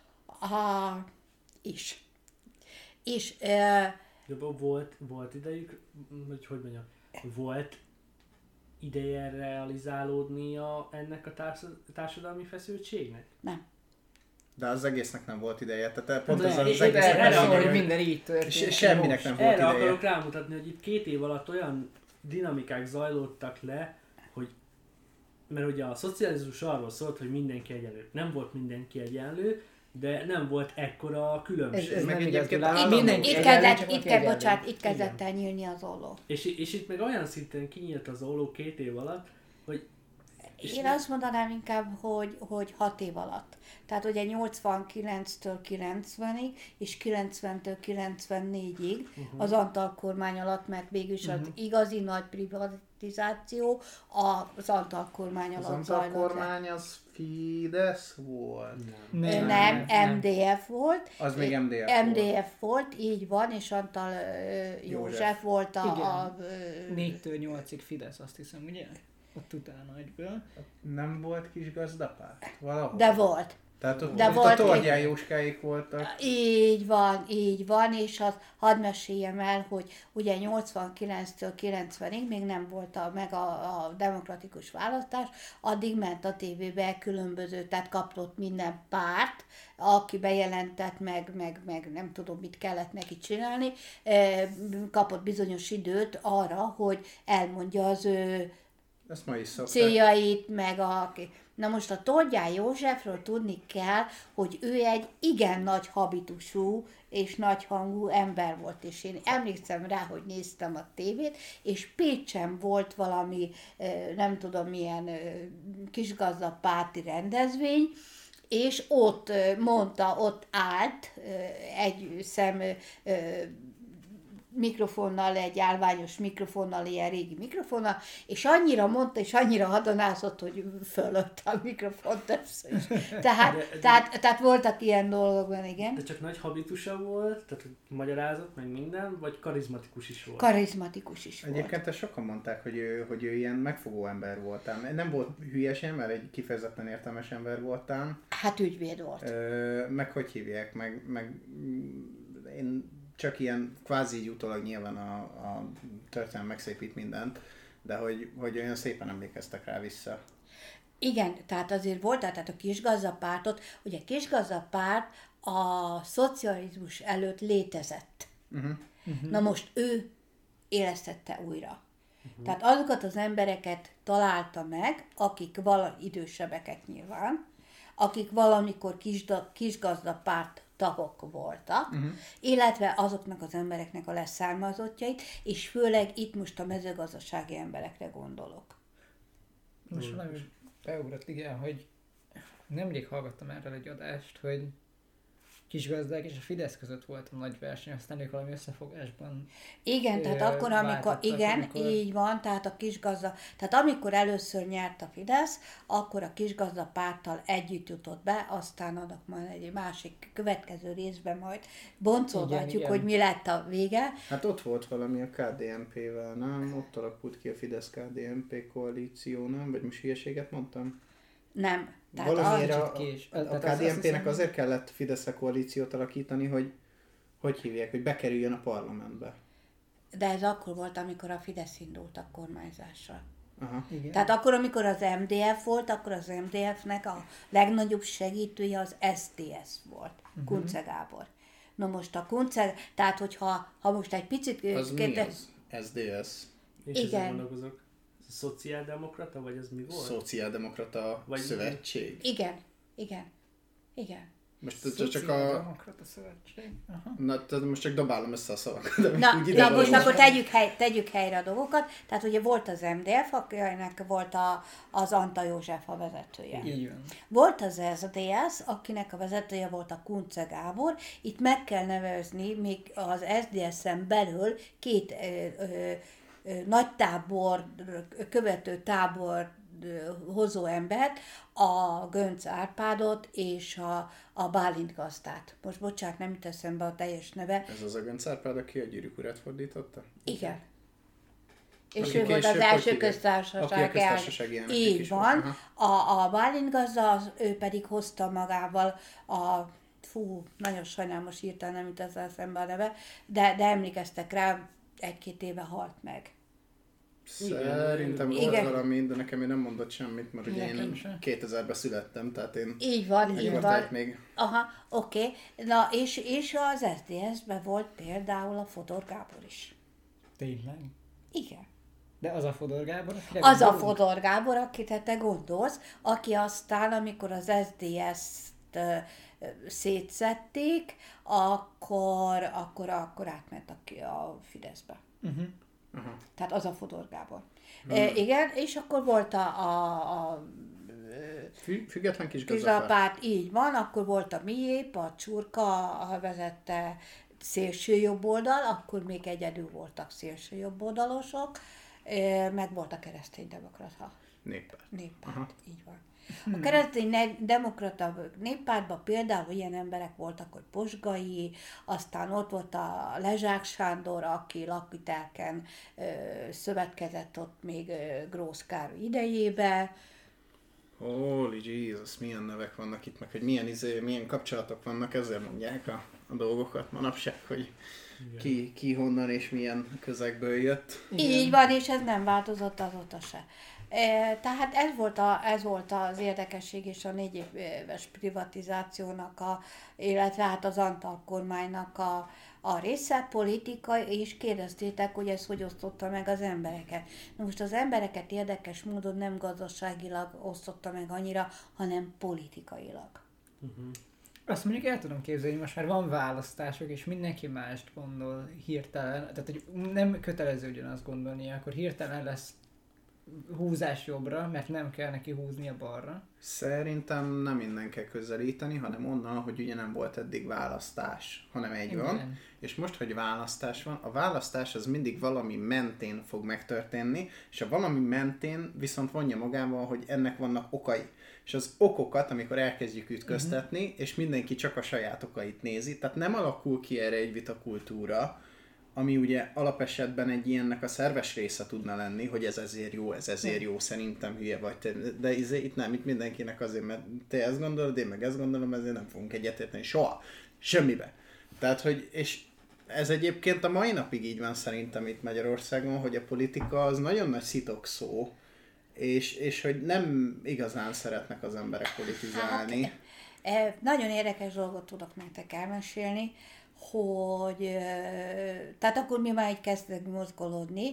És volt idejük, hogy mondjam, volt ideje realizálódnia ennek a társadalmi feszültségnek? Nem. De az egésznek nem volt ideje. Tehát pont ez az egésznek nem volt, hogy minden így történt. Semminek nem volt erre ideje. Akarok rámutatni, hogy itt 2 év alatt olyan dinamikák zajlottak le, hogy mert ugye a szocializmus arról szólt, hogy mindenki egyenlő. Nem volt mindenki egyenlő, de nem volt ekkora különbség. Ez meg egyébként itt kezdett el nyílni az olló. És itt meg olyan szinten kinyílt az olló 2 év alatt, hogy... Én azt mondanám inkább, hogy 6 év alatt. Tehát ugye 89-től 90-ig, és 90-től 94-ig az Antal kormány alatt, mert végülis az igazi nagy privatizáció az Antal kormány alatt zajlott. Az Antal kormány az Fidesz volt? Nem, MDF volt. Az még MDF volt, így van, és Antal József volt a 4-től 8-ig Fidesz, azt hiszem, ugye? Ott utána egyből. Nem volt kis gazdapárt? Valahol? De volt. Tehát ott a Tordján Jóskáik voltak. Így van, és hadd meséljem el, hogy ugye 89-től 90-ig még nem volt meg a demokratikus választás, addig ment a tévébe különböző, tehát kapott minden párt, aki bejelentett, meg nem tudom, mit kellett neki csinálni, kapott bizonyos időt arra, hogy elmondja az ő céljait, meg Na most a Tordján Józsefről tudni kell, hogy ő egy igen nagy habitusú és nagyhangú ember volt, és én emlékszem rá, hogy néztem a tévét, és Pécsen volt valami, nem tudom milyen kisgazdapárti rendezvény, és ott mondta, ott állt egy szem mikrofonnal, egy állványos mikrofonnal, ilyen régi mikrofonnal, és annyira mondta, és annyira hadonázott, hogy fölötte a mikrofont többször is. Tehát voltak ilyen dolgokban, igen. De csak nagy habitusa volt, tehát magyarázott, meg minden, vagy karizmatikus is volt? Karizmatikus is volt. Egyébként sokan mondták, hogy ő ilyen megfogó ember voltál. Nem volt hülyesen, mert egy kifejezetten értelmes ember voltál. Hát ügyvéd volt. Meg hogy hívják, meg én csak ilyen kvázi így utólag nyilván a történelem megszépít mindent, de hogy olyan szépen emlékeztek rá vissza. Igen, tehát azért volt, tehát a kisgazdapártot, ugye a kisgazdapárt a szocializmus előtt létezett. Na most ő élesztette újra. Tehát azokat az embereket találta meg, akik idősebbeket nyilván, akik valamikor kisgazdapárt tagok voltak, illetve azoknak az embereknek a leszármazottjait, és főleg itt most a mezőgazdasági emberekre gondolok. Most valami beugrott, igen, hogy nemrég hallgattam erről egy adást, hogy kisgazdák és a Fidesz között volt a nagy verseny, aztán ők valami összefogásban. Igen, tehát akkor, amikor így van, tehát a kisgazda, tehát amikor először nyert a Fidesz, akkor a kisgazdapárttal együtt jutott be, aztán annak majd egy másik következő részben majd boncolgatjuk, hogy mi lett a vége. Hát ott volt valami a KDNP-vel, nem? Ott alakult ki a Fidesz-KDNP koalíció, nem? Vagy most hülyeséget mondtam? Nem. Tehát Valamiért Tehát a azt KDNP-nek hiszem- azért kellett Fideszre koalíciót alakítani, hogy hívják, hogy bekerüljön a parlamentbe. De ez akkor volt, amikor a Fidesz indult a kormányzásra. Aha. Igen. Tehát akkor, amikor az MDF volt, akkor az MDF-nek a legnagyobb segítője az SDS volt, Kunce Gábor. Na most a Kunce, tehát hogyha most egy picit... Az mi az? SDS. És Igen. ezen gondolkozok. Ez a szociáldemokrata, vagy ez mi volt? Szociáldemokrata Vagy- szövetség. Igen. Most csak a... Szociáldemokrata szövetség. Aha. Na, tehát most csak dobálom össze a szavakat. amik Na, úgy ide na most valósak. akkor tegyük helyre a dolgokat. Tehát ugye volt az MDF, akinek volt az Antal József a vezetője. Így van. Volt az SDS, akinek a vezetője volt a Kunce Gábor. Itt meg kell nevezni még az SDS-en belül két nagy tábor, követő tábor hozó embert, a Göncz Árpádot és a Bálint Gazdát. Most bocsánat, nem jut eszembe a teljes neve. Ez az a Göncz Árpád, aki a Gyűrűk urát fordította? Igen. És Aki ő volt az később, első hogy hívják? köztársaság Aki a köztársasági elnök Így is van. volt, A Bálint Gazda, ő pedig hozta magával nagyon sajnálom, most hirtelen nem jut ezzel szembe a neve, de emlékeztek rá, 1-2 éve halt meg. Szerintem volt Igen. valami, de nekem még nem mondott semmit, mert ugye Nekem én sem. 2000-ben születtem, tehát én Így van. megvolták még. Aha, oké. Na, és az SZDSZ-ben volt például a Fodor Gábor is. Tényleg? Igen. De az a Fodor Gábor? akire Az a gondolunk? Fodor Gábor, akit te gondolsz, aki aztán, amikor az SZDSZ-t szétszették, akkor átment a Fideszbe. Uh-huh. Tehát az a Fodor Gábor. Igen, és akkor volt a Független kis gazdapárt. Kizapárt, így van, akkor volt a Miép, a Csurka, vezette szélső jobb oldal, akkor még egyedül voltak szélső jobb oldalosok, meg volt a kereszténydemokrata néppárt, így van. A kereszténydemokrata néppártban például ilyen emberek voltak, hogy Posgai, aztán ott volt a Lezsák Sándor, aki Lakvitelken szövetkezett ott még Grósz Károly idejébe. Holy Jesus, milyen nevek vannak itt, meg hogy milyen kapcsolatok vannak, ezért mondják a dolgokat manapság, hogy ki honnan és milyen közegből jött. Így van, és ez nem változott azóta se. Tehát ez volt az érdekesség és a 4 éves privatizációnak, illetve hát az Antal kormánynak a része, politika, és kérdeztétek, hogy ez hogy osztotta meg az embereket. Na most az embereket érdekes módon nem gazdaságilag osztotta meg annyira, hanem politikailag. Azt mondjuk el tudom képzelni, most már van választások, és mindenki mást gondol hirtelen, tehát hogy nem kötelező ugyanazt gondolni, akkor hirtelen lesz húzás jobbra, mert nem kell neki húznia balra. Szerintem nem innen kell közelíteni, hanem onnan, hogy ugye nem volt eddig választás, hanem egy Igen. van. És most, hogy választás van, a választás az mindig valami mentén fog megtörténni, és a valami mentén viszont vonja magával, hogy ennek vannak okai. És az okokat, amikor elkezdjük ütköztetni, és mindenki csak a saját okait nézi, tehát nem alakul ki erre egy vitakultúra, ami ugye alapesetben egy ilyennek a szerves része tudna lenni, hogy ez ezért jó, ez ezért jó, szerintem hülye vagy te. De itt nem, itt mindenkinek azért, mert te ezt gondolod, én meg ezt gondolom, ezért nem fogunk egyetérteni soha. Semmibe. Tehát, hogy, és ez egyébként a mai napig így van szerintem itt Magyarországon, hogy a politika az nagyon nagy szitokszó, és hogy nem igazán szeretnek az emberek politizálni. Nagyon érdekes dolgot tudok nektek elmesélni, hogy tehát akkor mi már így kezdtek mozgolódni.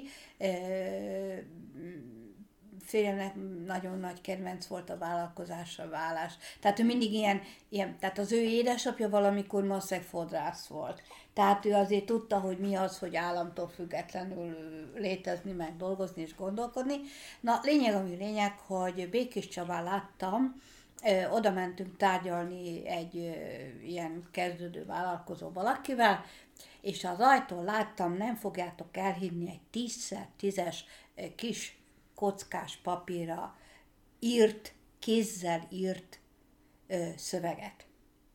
Férjemnek nagyon nagy kedvenc volt a vállalkozásra válás. Tehát ő mindig ilyen, tehát az ő édesapja valamikor maszek fodrász volt. Tehát ő azért tudta, hogy mi az, hogy államtól függetlenül létezni, meg dolgozni és gondolkodni. Na, ami lényeg, hogy Békés Csabán láttam, oda mentünk tárgyalni egy ilyen kezdődő vállalkozó valakivel, és az ajtón láttam, nem fogjátok elhinni, egy 10x10-es kis kockás papírra kézzel írt szöveget.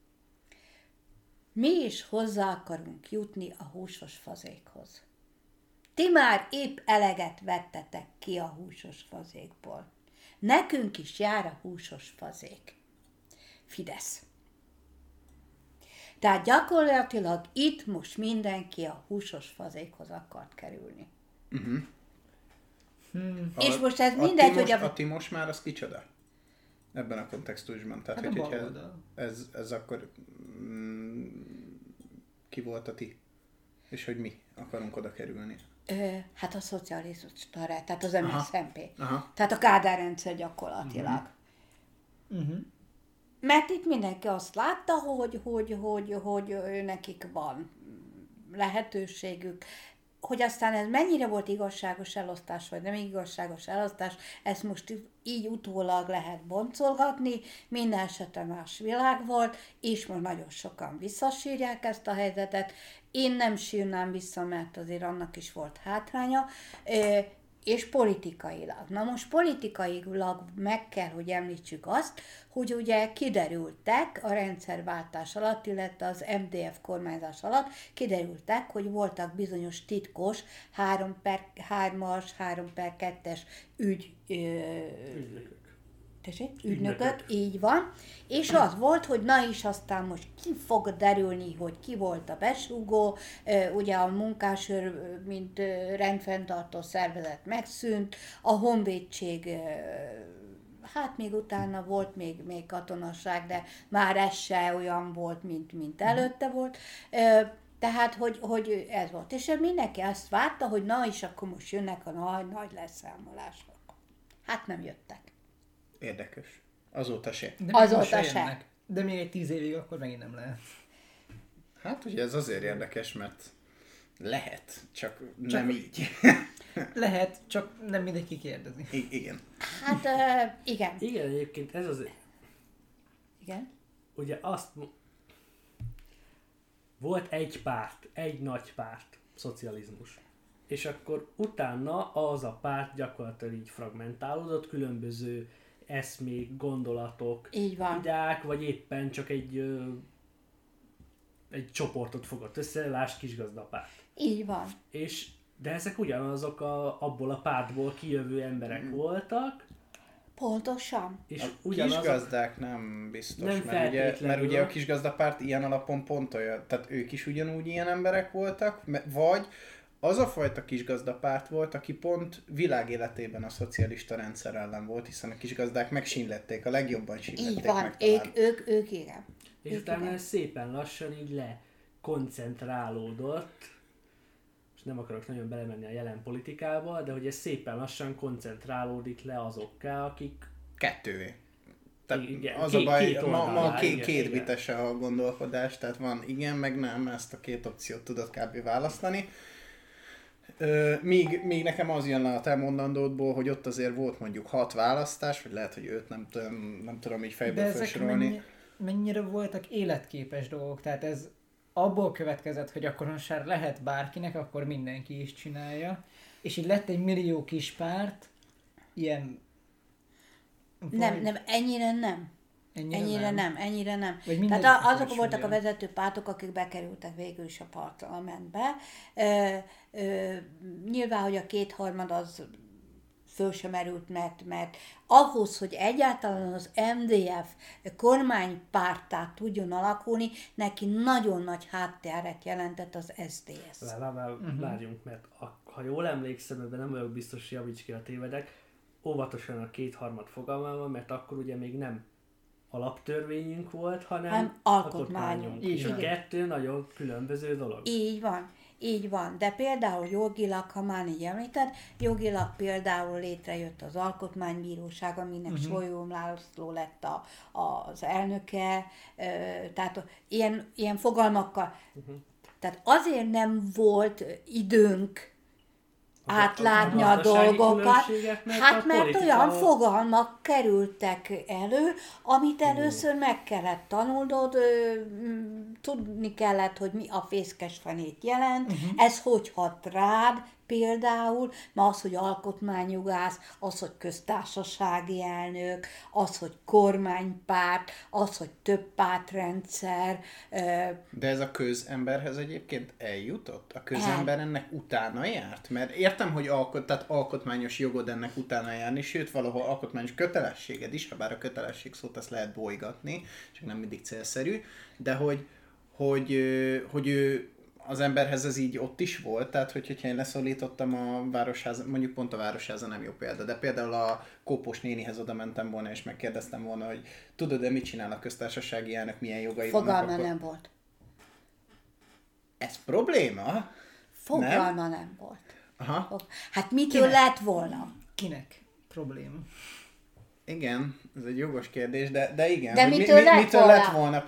Mi is hozzá akarunk jutni a húsos fazékhoz. Ti már épp eleget vettetek ki a húsos fazékból. Nekünk is jár a húsos fazék. Fidesz. Tehát gyakorlatilag itt most mindenki a húsos fazékhoz akart kerülni. És most ez mindegy, hogy a Timos már az kicsoda? Ebben a kontextusban. Tehát, Hát hogy ez akkor ki volt a ti? És hogy mi akarunk oda kerülni? Hát a szocialista, tehát az MSZNP. Aha. Tehát a Kádár rendszer gyakorlatilag. Mert itt mindenki azt látta, hogy nekik van lehetőségük, hogy aztán ez mennyire volt igazságos elosztás, vagy nem igazságos elosztás, ezt most így utólag lehet boncolgatni, minden esetre más világ volt, és most nagyon sokan visszasírják ezt a helyzetet. Én nem sírnám vissza, mert azért annak is volt hátránya, és politikailag. Na most politikailag meg kell, hogy említsük azt, hogy ugye kiderültek a rendszerváltás alatt, illetve az MDF kormányzás alatt, kiderültek, hogy voltak bizonyos titkos 3/3-as, 3/2-es ügynökök, így van, és az volt, hogy na is aztán most ki fog derülni, hogy ki volt a besúgó, ugye a munkásőr, mint rendfenntartó szervezet megszűnt, a honvédség, hát még utána volt még katonasság, de már ez se olyan volt, mint előtte volt. Tehát, hogy ez volt. És mindenki azt várta, hogy na is akkor most jönnek a nagy leszámolások. Hát nem jöttek. Érdekes. Azóta se. Azóta se. De még egy 10 évig akkor megint nem lehet. Hát ugye ez azért érdekes, mert lehet, csak nem így. Lehet, csak nem mindenki kérdezi. Igen. Hát igen. Igen, egyébként ez az... Igen. Ugye volt egy párt, egy nagy párt, szocializmus. És akkor utána az a párt gyakorlatilag így fragmentálódott, különböző eszmék, gondolatok, ideák, vagy éppen csak egy csoportot fogott össze, lásd kisgazdapárt. Így van. De ezek ugyanazok abból a pártból kijövő emberek voltak. Pontosan. És a kisgazdák nem biztos, nem mert ugye a kisgazdapárt ilyen alapon pont olyan, tehát ők is ugyanúgy ilyen emberek voltak, vagy az a fajta kisgazdapárt volt, aki pont világéletében a szocialista rendszer ellen volt, hiszen a kisgazdák megsínlették, a legjobban sínlették. Így van, ők igen. És utána ez szépen lassan így lekoncentrálódott, és nem akarok nagyon belemenni a jelen politikába, de hogy ez szépen lassan koncentrálódik le azokká, akik... Kettővé. Tehát igen, az a baj, ma két vites a gondolkodás, tehát van igen, meg nem, ezt a két opciót tudod kb. Választani. Míg nekem az jön le a te mondandódból, hogy ott azért volt mondjuk 6 választás, vagy lehet, hogy 5, nem tudom így fejből felsorolni. Mennyire voltak életképes dolgok, tehát ez abból következett, hogy akkor most már lehet bárkinek, akkor mindenki is csinálja, és így lett egy millió kis párt, ilyen... Nem, ennyire nem. Ennyire nem. Tehát azok voltak a vezető pártok, akik bekerültek végül is a parlamentbe. Nyilván, hogy a 2/3 az föl sem merült, mert ahhoz, hogy egyáltalán az MDF kormánypártá tudjon alakulni, neki nagyon nagy háttéret jelentett az SZDSZ. Várjunk, mert ha jól emlékszem, ebben nem vagyok biztos, hogy javíts ki, ha tévedek, óvatosan a 2/3 fogalmával, mert akkor ugye még nem alaptörvényünk volt, hanem alkotmányunk. És a kettő nagyon különböző dolog. Így van, de például jogilag, ha már így említed, jogilag például létrejött az Alkotmánybíróság, aminek Sólyom László lett az elnöke, tehát ilyen fogalmakkal. Tehát azért nem volt időnk átlátni a dolgokat, hát mert olyan fogalmak kerültek elő, amit először meg kellett tanulnod, tudni kellett, hogy mi a fészkesfenét jelent, ez hogy hat rád, például, mert az, hogy alkotmányjogász, az, hogy köztársasági elnök, az, hogy kormánypárt, az, hogy több pártrendszer. De ez a közemberhez egyébként eljutott? A közember ennek utána járt? Mert értem, hogy tehát alkotmányos jogod ennek utána járni, sőt valahol alkotmányos kötelességed is, ha bár a kötelesség szót azt lehet bolygatni, csak nem mindig célszerű, de hogy ő az emberhez ez így ott is volt, tehát hogyha én leszólítottam a városháza, mondjuk pont a városháza nem jó példa, de például a Kópos nénihez oda mentem volna, és megkérdeztem volna, hogy tudod-e, mit csinál a köztársasági elnök, milyen jogai vannak? Fogalma nem volt. Ez probléma? Fogalma nem volt. Aha. Hát mitől lett volna? Kinek probléma? Igen, ez egy jogos kérdés, de igen. De mitől lett volna?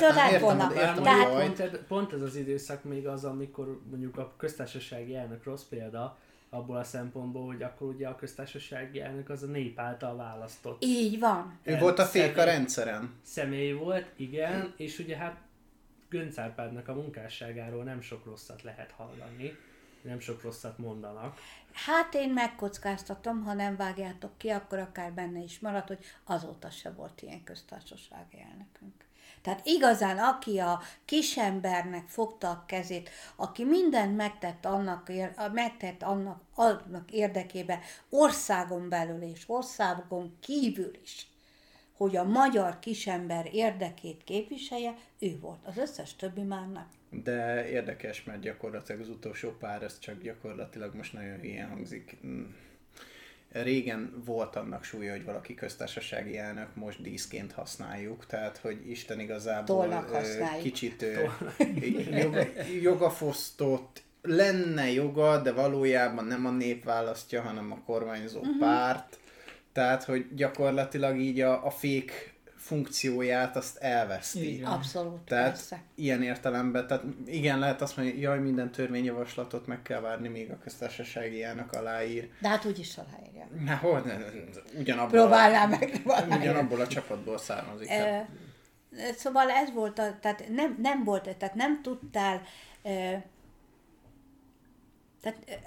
Pont ez az időszak még az, amikor mondjuk a köztársasági elnök rossz példa, abból a szempontból, hogy akkor ugye a köztársasági elnök az a nép által választott. Így van. Ő volt a fék a rendszeren. Személy volt, igen, és ugye hát Göncz Árpádnak a munkásságáról nem sok rosszat lehet hallani, nem sok rosszat mondanak. Hát én megkockáztatom, ha nem vágjátok ki, akkor akár benne is marad, hogy azóta se volt ilyen köztársasági elnökünk. Tehát igazán, aki a kisembernek fogta a kezét, aki mindent megtett annak érdekében országon belül és országon kívül is, hogy a magyar kisember érdekét képviselje, ő volt. Az összes többi már nem. De érdekes, mert gyakorlatilag az utolsó pár, ez csak gyakorlatilag most nagyon hülyen hangzik. Régen volt annak súlya, hogy valaki köztársasági elnök, most díszként használjuk, tehát hogy Isten igazából kicsit jogafosztott, lenne joga, de valójában nem a nép választja, hanem a kormányzó párt. Tehát, hogy gyakorlatilag így a fék funkcióját azt elveszti. Igen. Abszolút, tehát persze. Ilyen értelemben, tehát igen, lehet azt mondani, hogy jaj, minden törvényjavaslatot meg kell várni, még a köztársasági elnök aláír. De hát úgyis aláírja. Ugyanabból a csapatból származik. Szóval ez volt, tehát nem volt, tehát nem tudtál, tehát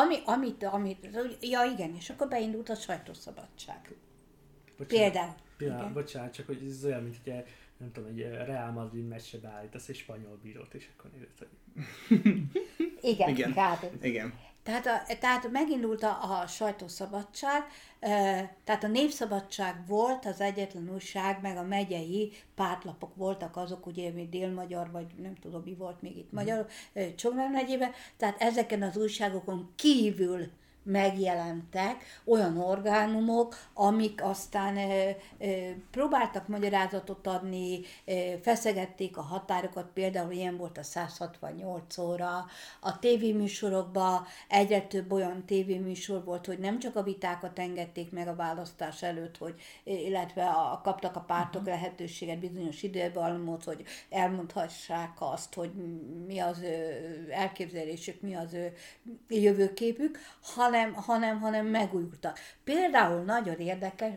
ja igen, és akkor beindult a sajtószabadság. Például. Bocsánat, csak hogy ez olyan, mint hogy nem tudom, egy Real Madrid meccsbe beállítasz egy spanyol bírót, és akkor nézed, hogy... Igen. Igen. Tehát megindult a sajtószabadság, tehát a Népszabadság volt az egyetlen újság, meg a megyei pártlapok voltak azok, ugye, mint Dél-Magyar, vagy nem tudom, mi volt még itt magyar, Csongrád megyében, tehát ezeken az újságokon kívül megjelentek olyan orgánumok, amik aztán próbáltak magyarázatot adni, feszegették a határokat, például ilyen volt a 168 óra. A tévéműsorokban egyre több olyan tévéműsor volt, hogy nem csak a vitákat engedték meg a választás előtt, illetve kaptak a pártok lehetőséget bizonyos időben, hogy elmondhassák azt, hogy mi az ő elképzelésük, mi az ő jövőképük, hanem megújultak. Például nagyon érdekes...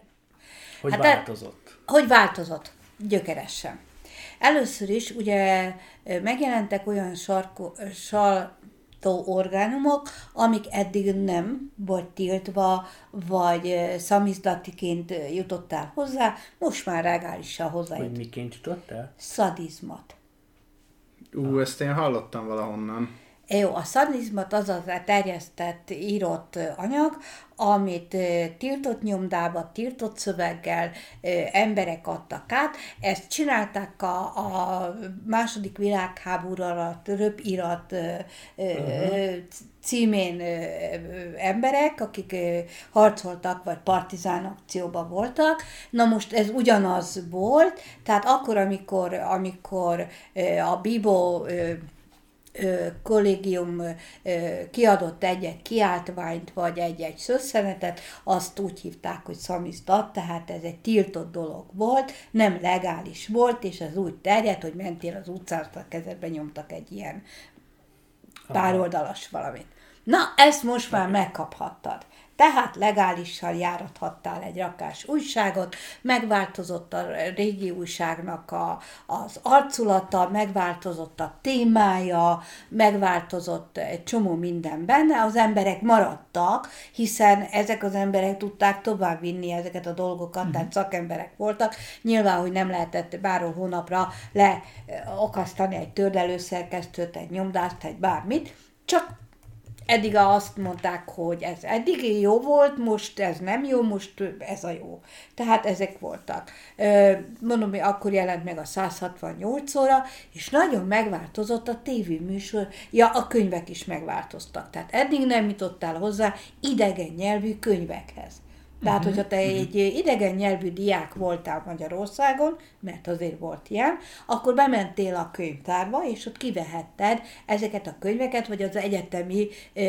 Hogy változott. Gyökeresen. Először is ugye megjelentek olyan sajtó orgánumok, amik eddig nem volt tiltva, vagy szamizdatiként jutottál hozzá, most már legálisan hozzájut. Hogy miként jutottál? Szadizmat. Ezt én hallottam valahonnan. Jó, a szadizmat az a terjesztett, írott anyag, amit tiltott nyomdába, tiltott szöveggel emberek adtak át. Ezt csinálták a második világháború alatt röpirat címén emberek, akik harcoltak, vagy partizán akcióban voltak. Na most ez ugyanaz volt, tehát akkor, amikor a Bibó kollégium kiadott egy-egy kiáltványt, vagy egy-egy szösszenetet, azt úgy hívták, hogy szamizdat, tehát ez egy tiltott dolog volt, nem legális volt, és ez úgy terjedt, hogy mentél az utcán, a kezedben nyomtak egy ilyen pároldalas valamit. Na, ezt most már megkaphattad. Tehát legálisan járathattál egy rakás újságot, megváltozott a régi újságnak az arculata, megváltozott a témája, megváltozott egy csomó minden benne, az emberek maradtak, hiszen ezek az emberek tudták továbbvinni ezeket a dolgokat, tehát szakemberek voltak. Nyilván, hogy nem lehetett bárhol hónapra leakasztani egy tördelőszerkesztőt, egy nyomdást, egy bármit, csak eddig azt mondták, hogy ez eddig jó volt, most ez nem jó, most ez a jó. Tehát ezek voltak. Mondom, hogy akkor jelent meg a 168 óra, és nagyon megváltozott a tévéműsor, a könyvek is megváltoztak. Tehát eddig nem jutottál hozzá idegen nyelvű könyvekhez. Tehát, hogyha te egy idegen nyelvű diák voltál Magyarországon, mert azért volt ilyen, akkor bementél a könyvtárba, és ott kivehetted ezeket a könyveket, vagy az egyetemi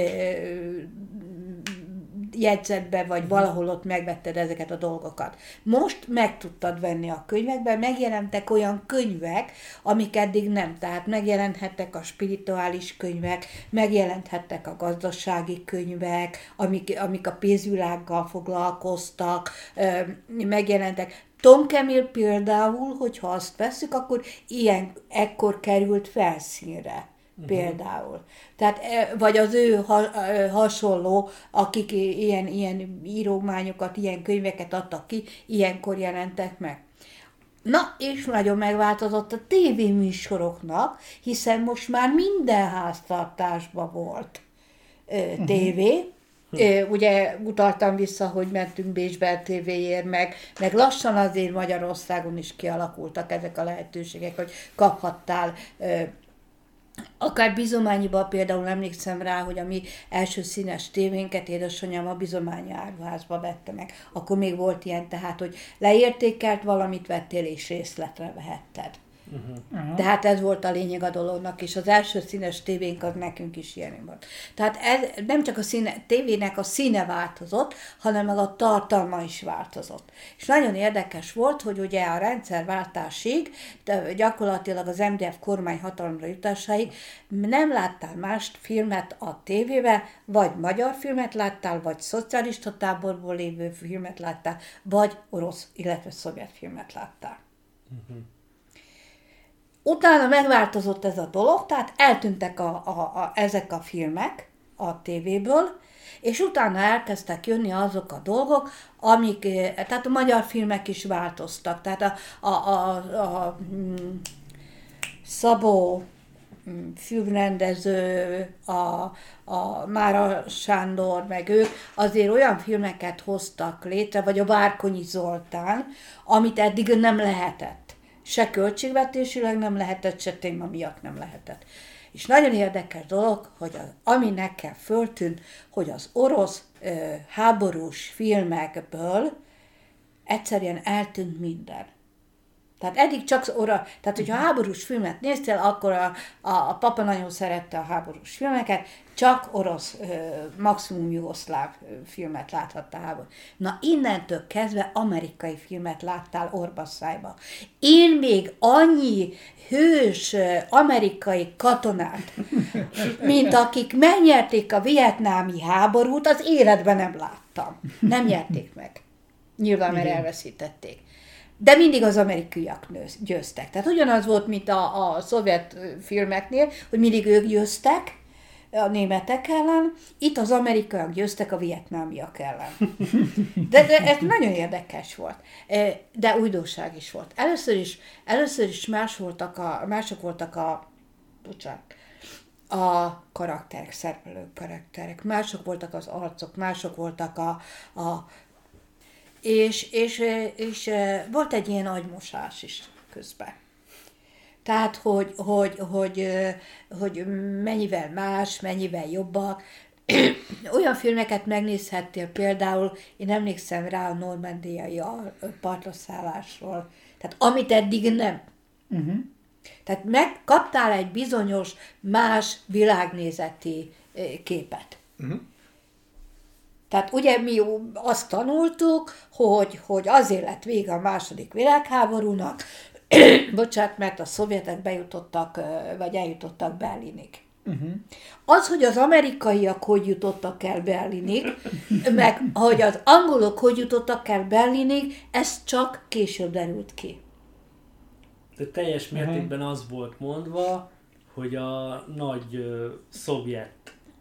jegyzetbe, vagy valahol ott megvetted ezeket a dolgokat. Most meg tudtad venni a könyvekben, megjelentek olyan könyvek, amik eddig nem. Tehát megjelenthettek a spirituális könyvek, megjelenthettek a gazdasági könyvek, amik a pénzvilággal foglalkoztak, megjelentek. Tom Camille például, hogyha azt vesszük, akkor ekkor került felszínre. Például. Tehát, vagy az ő hasonló, akik ilyen írományokat, ilyen könyveket adtak ki, ilyenkor jelentek meg. Na, és nagyon megváltozott a tévéműsoroknak, hiszen most már minden háztartásban volt tévé. Ugye utaltam vissza, hogy mentünk Bécsbe tévéért, meg lassan azért Magyarországon is kialakultak ezek a lehetőségek, hogy kaphattál akár Bizományiban például emlékszem rá, hogy a mi első színes tévénket édesanyám a Bizományi áruházba vette meg. Akkor még volt ilyen, tehát, hogy leértékelt valamit vettél és részletre vehetted. Tehát ez volt a lényeg a dolognak, és az első színes tévénk az nekünk is ilyen volt. Tehát ez nem csak a tévének a színe változott, hanem meg a tartalma is változott. És nagyon érdekes volt, hogy ugye a rendszerváltásig, gyakorlatilag az MDF kormány hatalomra jutásáig nem láttál más filmet a tévébe, vagy magyar filmet láttál, vagy szocialista táborból lévő filmet láttál, vagy orosz, illetve szovjet filmet láttál. Utána megváltozott ez a dolog, tehát eltűntek ezek a filmek a tévéből, és utána elkezdtek jönni azok a dolgok, amik, tehát a magyar filmek is változtak. Tehát a Szabó filmrendező, a Mára Sándor, meg ők azért olyan filmeket hoztak létre, vagy a Várkonyi Zoltán, amit eddig nem lehetett. Se költségvetésileg nem lehetett, se téma miatt nem lehetett. És nagyon érdekes dolog, hogy ami nekem föltűnt, hogy az orosz háborús filmekből egyszerűen eltűnt minden. Tehát eddig csak tehát hogyha háborús filmet néztél, akkor a papa nagyon szerette a háborús filmeket, csak orosz, maximum jugoszláv filmet láthattál háború. Na innentől kezdve amerikai filmet láttál orbaszájba. Én még annyi hős amerikai katonát, mint akik megnyerték a vietnámi háborút, az életben nem láttam. Nem nyerték meg. Nyilván, mert elveszítették. De mindig az amerikaiak győztek. Tehát ugyanaz volt, mint a szovjet filmeknél, hogy mindig ők győztek a németek ellen, itt az amerikaiak győztek a vietnámiak ellen. De ez nagyon érdekes volt. De újdonság is volt. Először is mások voltak a karakterek, szereplők karakterek, mások voltak az arcok, mások voltak és volt egy ilyen agymosás is közben. Tehát, hogy mennyivel más, mennyivel jobbak. Olyan filmeket megnézhettél például, én emlékszem rá a normandiai partraszállásról, tehát amit eddig nem. Tehát megkaptál egy bizonyos más világnézeti képet. Tehát ugye mi azt tanultuk, hogy azért lett vége a második világháborúnak, bocsánat, mert a szovjetek bejutottak, vagy eljutottak Berlinig. Az, hogy az amerikaiak hogy jutottak el Berlinig, meg hogy az angolok hogy jutottak el Berlinig, ez csak később derült ki. De teljes mértékben az volt mondva, hogy a nagy szovjet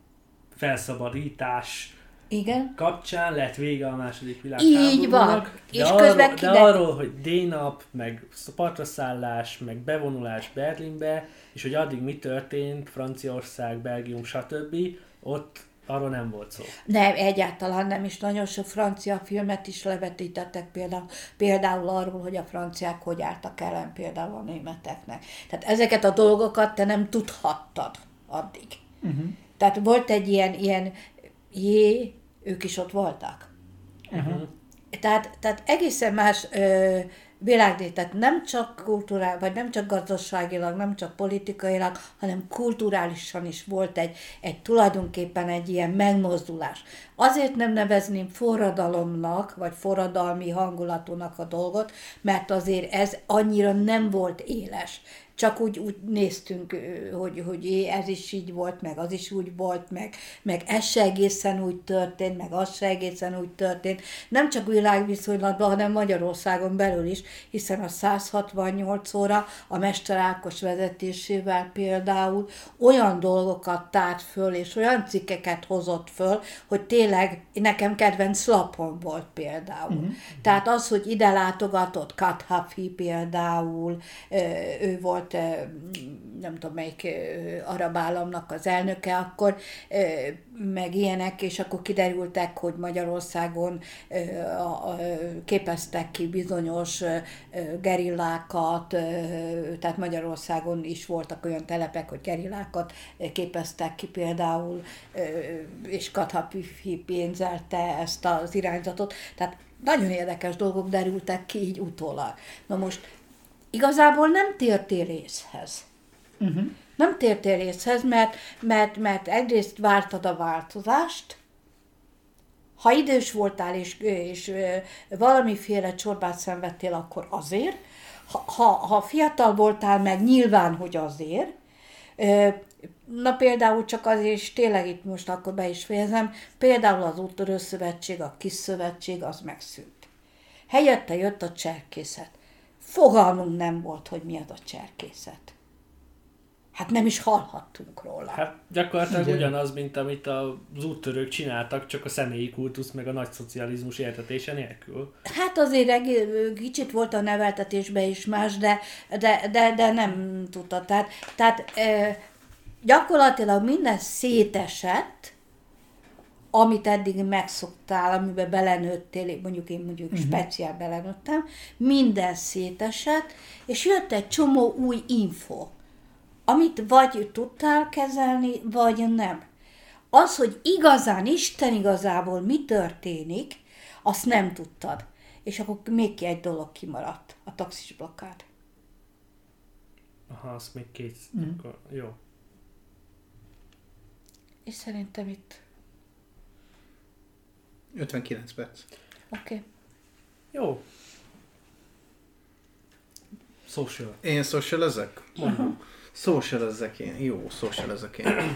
felszabadítás Igen. kapcsán lett vége a második világháborúnak. Így van. De, És közben de arról, hogy D-nap, meg partraszállás, meg bevonulás Berlinbe, és hogy addig mi történt, Franciaország, Belgium, stb. Ott arról nem volt szó. Nem, egyáltalán nem, és nagyon sok francia filmet is levetítettek például arról, hogy a franciák hogy álltak ellen például a németeknek. Tehát ezeket a dolgokat te nem tudhattad addig. Tehát volt egy ilyen ők is ott voltak. Tehát egészen más világnézet, tehát nem csak kulturál, vagy nem csak gazdaságilag, nem csak politikailag, hanem kulturálisan is volt egy tulajdonképpen egy ilyen megmozdulás. Azért nem nevezném forradalomnak, vagy forradalmi hangulatúnak a dolgot, mert azért ez annyira nem volt éles. Csak úgy néztünk, hogy ez is így volt, meg az is úgy volt, meg ez se egészen úgy történt, meg az se egészen úgy történt. Nem csak világviszonylatban, hanem Magyarországon belül is, hiszen a 168 óra a Mester Ákos vezetésével például olyan dolgokat tárt föl, és olyan cikkeket hozott föl, hogy tényleg nekem kedvenc lapon volt például. Tehát az, hogy ide látogatott Kadhafi például, ő volt nem tudom melyik arab államnak az elnöke akkor, meg ilyenek, és akkor kiderültek, hogy Magyarországon képeztek ki bizonyos gerillákat, tehát Magyarországon is voltak olyan telepek, hogy gerillákat képeztek ki például, és Kadhafi pénzelte ezt az irányzatot. Tehát nagyon érdekes dolgok derültek ki így utólag. Na most igazából nem tértél észhez. Nem tértél észhez, mert egyrészt vártad a változást, ha idős voltál és valamiféle csorbát szenvedtél, akkor azért, ha fiatal voltál, meg nyilván, hogy azért, na például csak azért, és tényleg itt most akkor be is fejezem, például az Úttörő Szövetség, a Kis Szövetség, az megszűnt. Helyette jött a cserkészet. Fogalmunk nem volt, hogy mi az a cserkészet. Hát nem is hallhattunk róla. Hát gyakorlatilag ugyanaz, mint amit az úttörők csináltak, csak a személyi kultusz meg a nagyszocializmus értetése nélkül. Hát azért kicsit volt a neveltetésben is más, de nem tudta. Tehát gyakorlatilag minden szétesett, amit eddig megszoktál, amiben belenőttél, mondjuk speciál belenőttem, minden szétesett, és jött egy csomó új info, amit vagy tudtál kezelni, vagy nem. Az, hogy igazán, Isten igazából mi történik, azt nem tudtad. És akkor még egy dolog kimaradt, a taxis blokkád. Aha, azt még két. Akkor, jó. És szerintem itt 59 perc. Oké. Jó. Social. Én socializek? Socializek én. Jó, socializek én.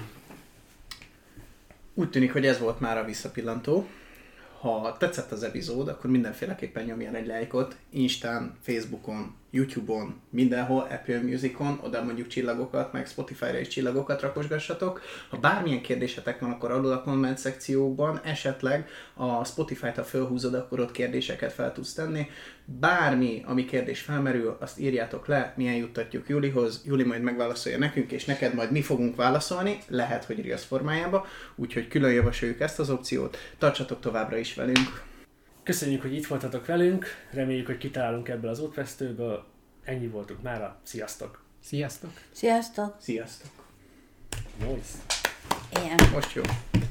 Úgy tűnik, hogy ez volt már a visszapillantó. Ha tetszett az epizód, akkor mindenféleképpen nyomjan egy lájkot. Instán, Facebookon, YouTube-on, mindenhol, Apple Musicon, oda mondjuk csillagokat, meg Spotify-ra is csillagokat rakosgassatok. Ha bármilyen kérdésetek van, akkor alul a komment szekcióban, esetleg a Spotify-t, ha felhúzod, akkor ott kérdéseket fel tudsz tenni. Bármi, ami kérdés felmerül, azt írjátok le, milyen juttatjuk Julihoz, Juli majd megválaszolja nekünk, és neked majd mi fogunk válaszolni, lehet, hogy Riasz formájába, úgyhogy külön javasoljuk ezt az opciót, tartsatok továbbra is velünk. Köszönjük, hogy itt voltatok velünk, reméljük, hogy kitalálunk ebből az útvesztőből. Ennyi voltunk mára, sziasztok! Sziasztok! Sziasztok! Sziasztok! Nice. Ilyen. Most jó.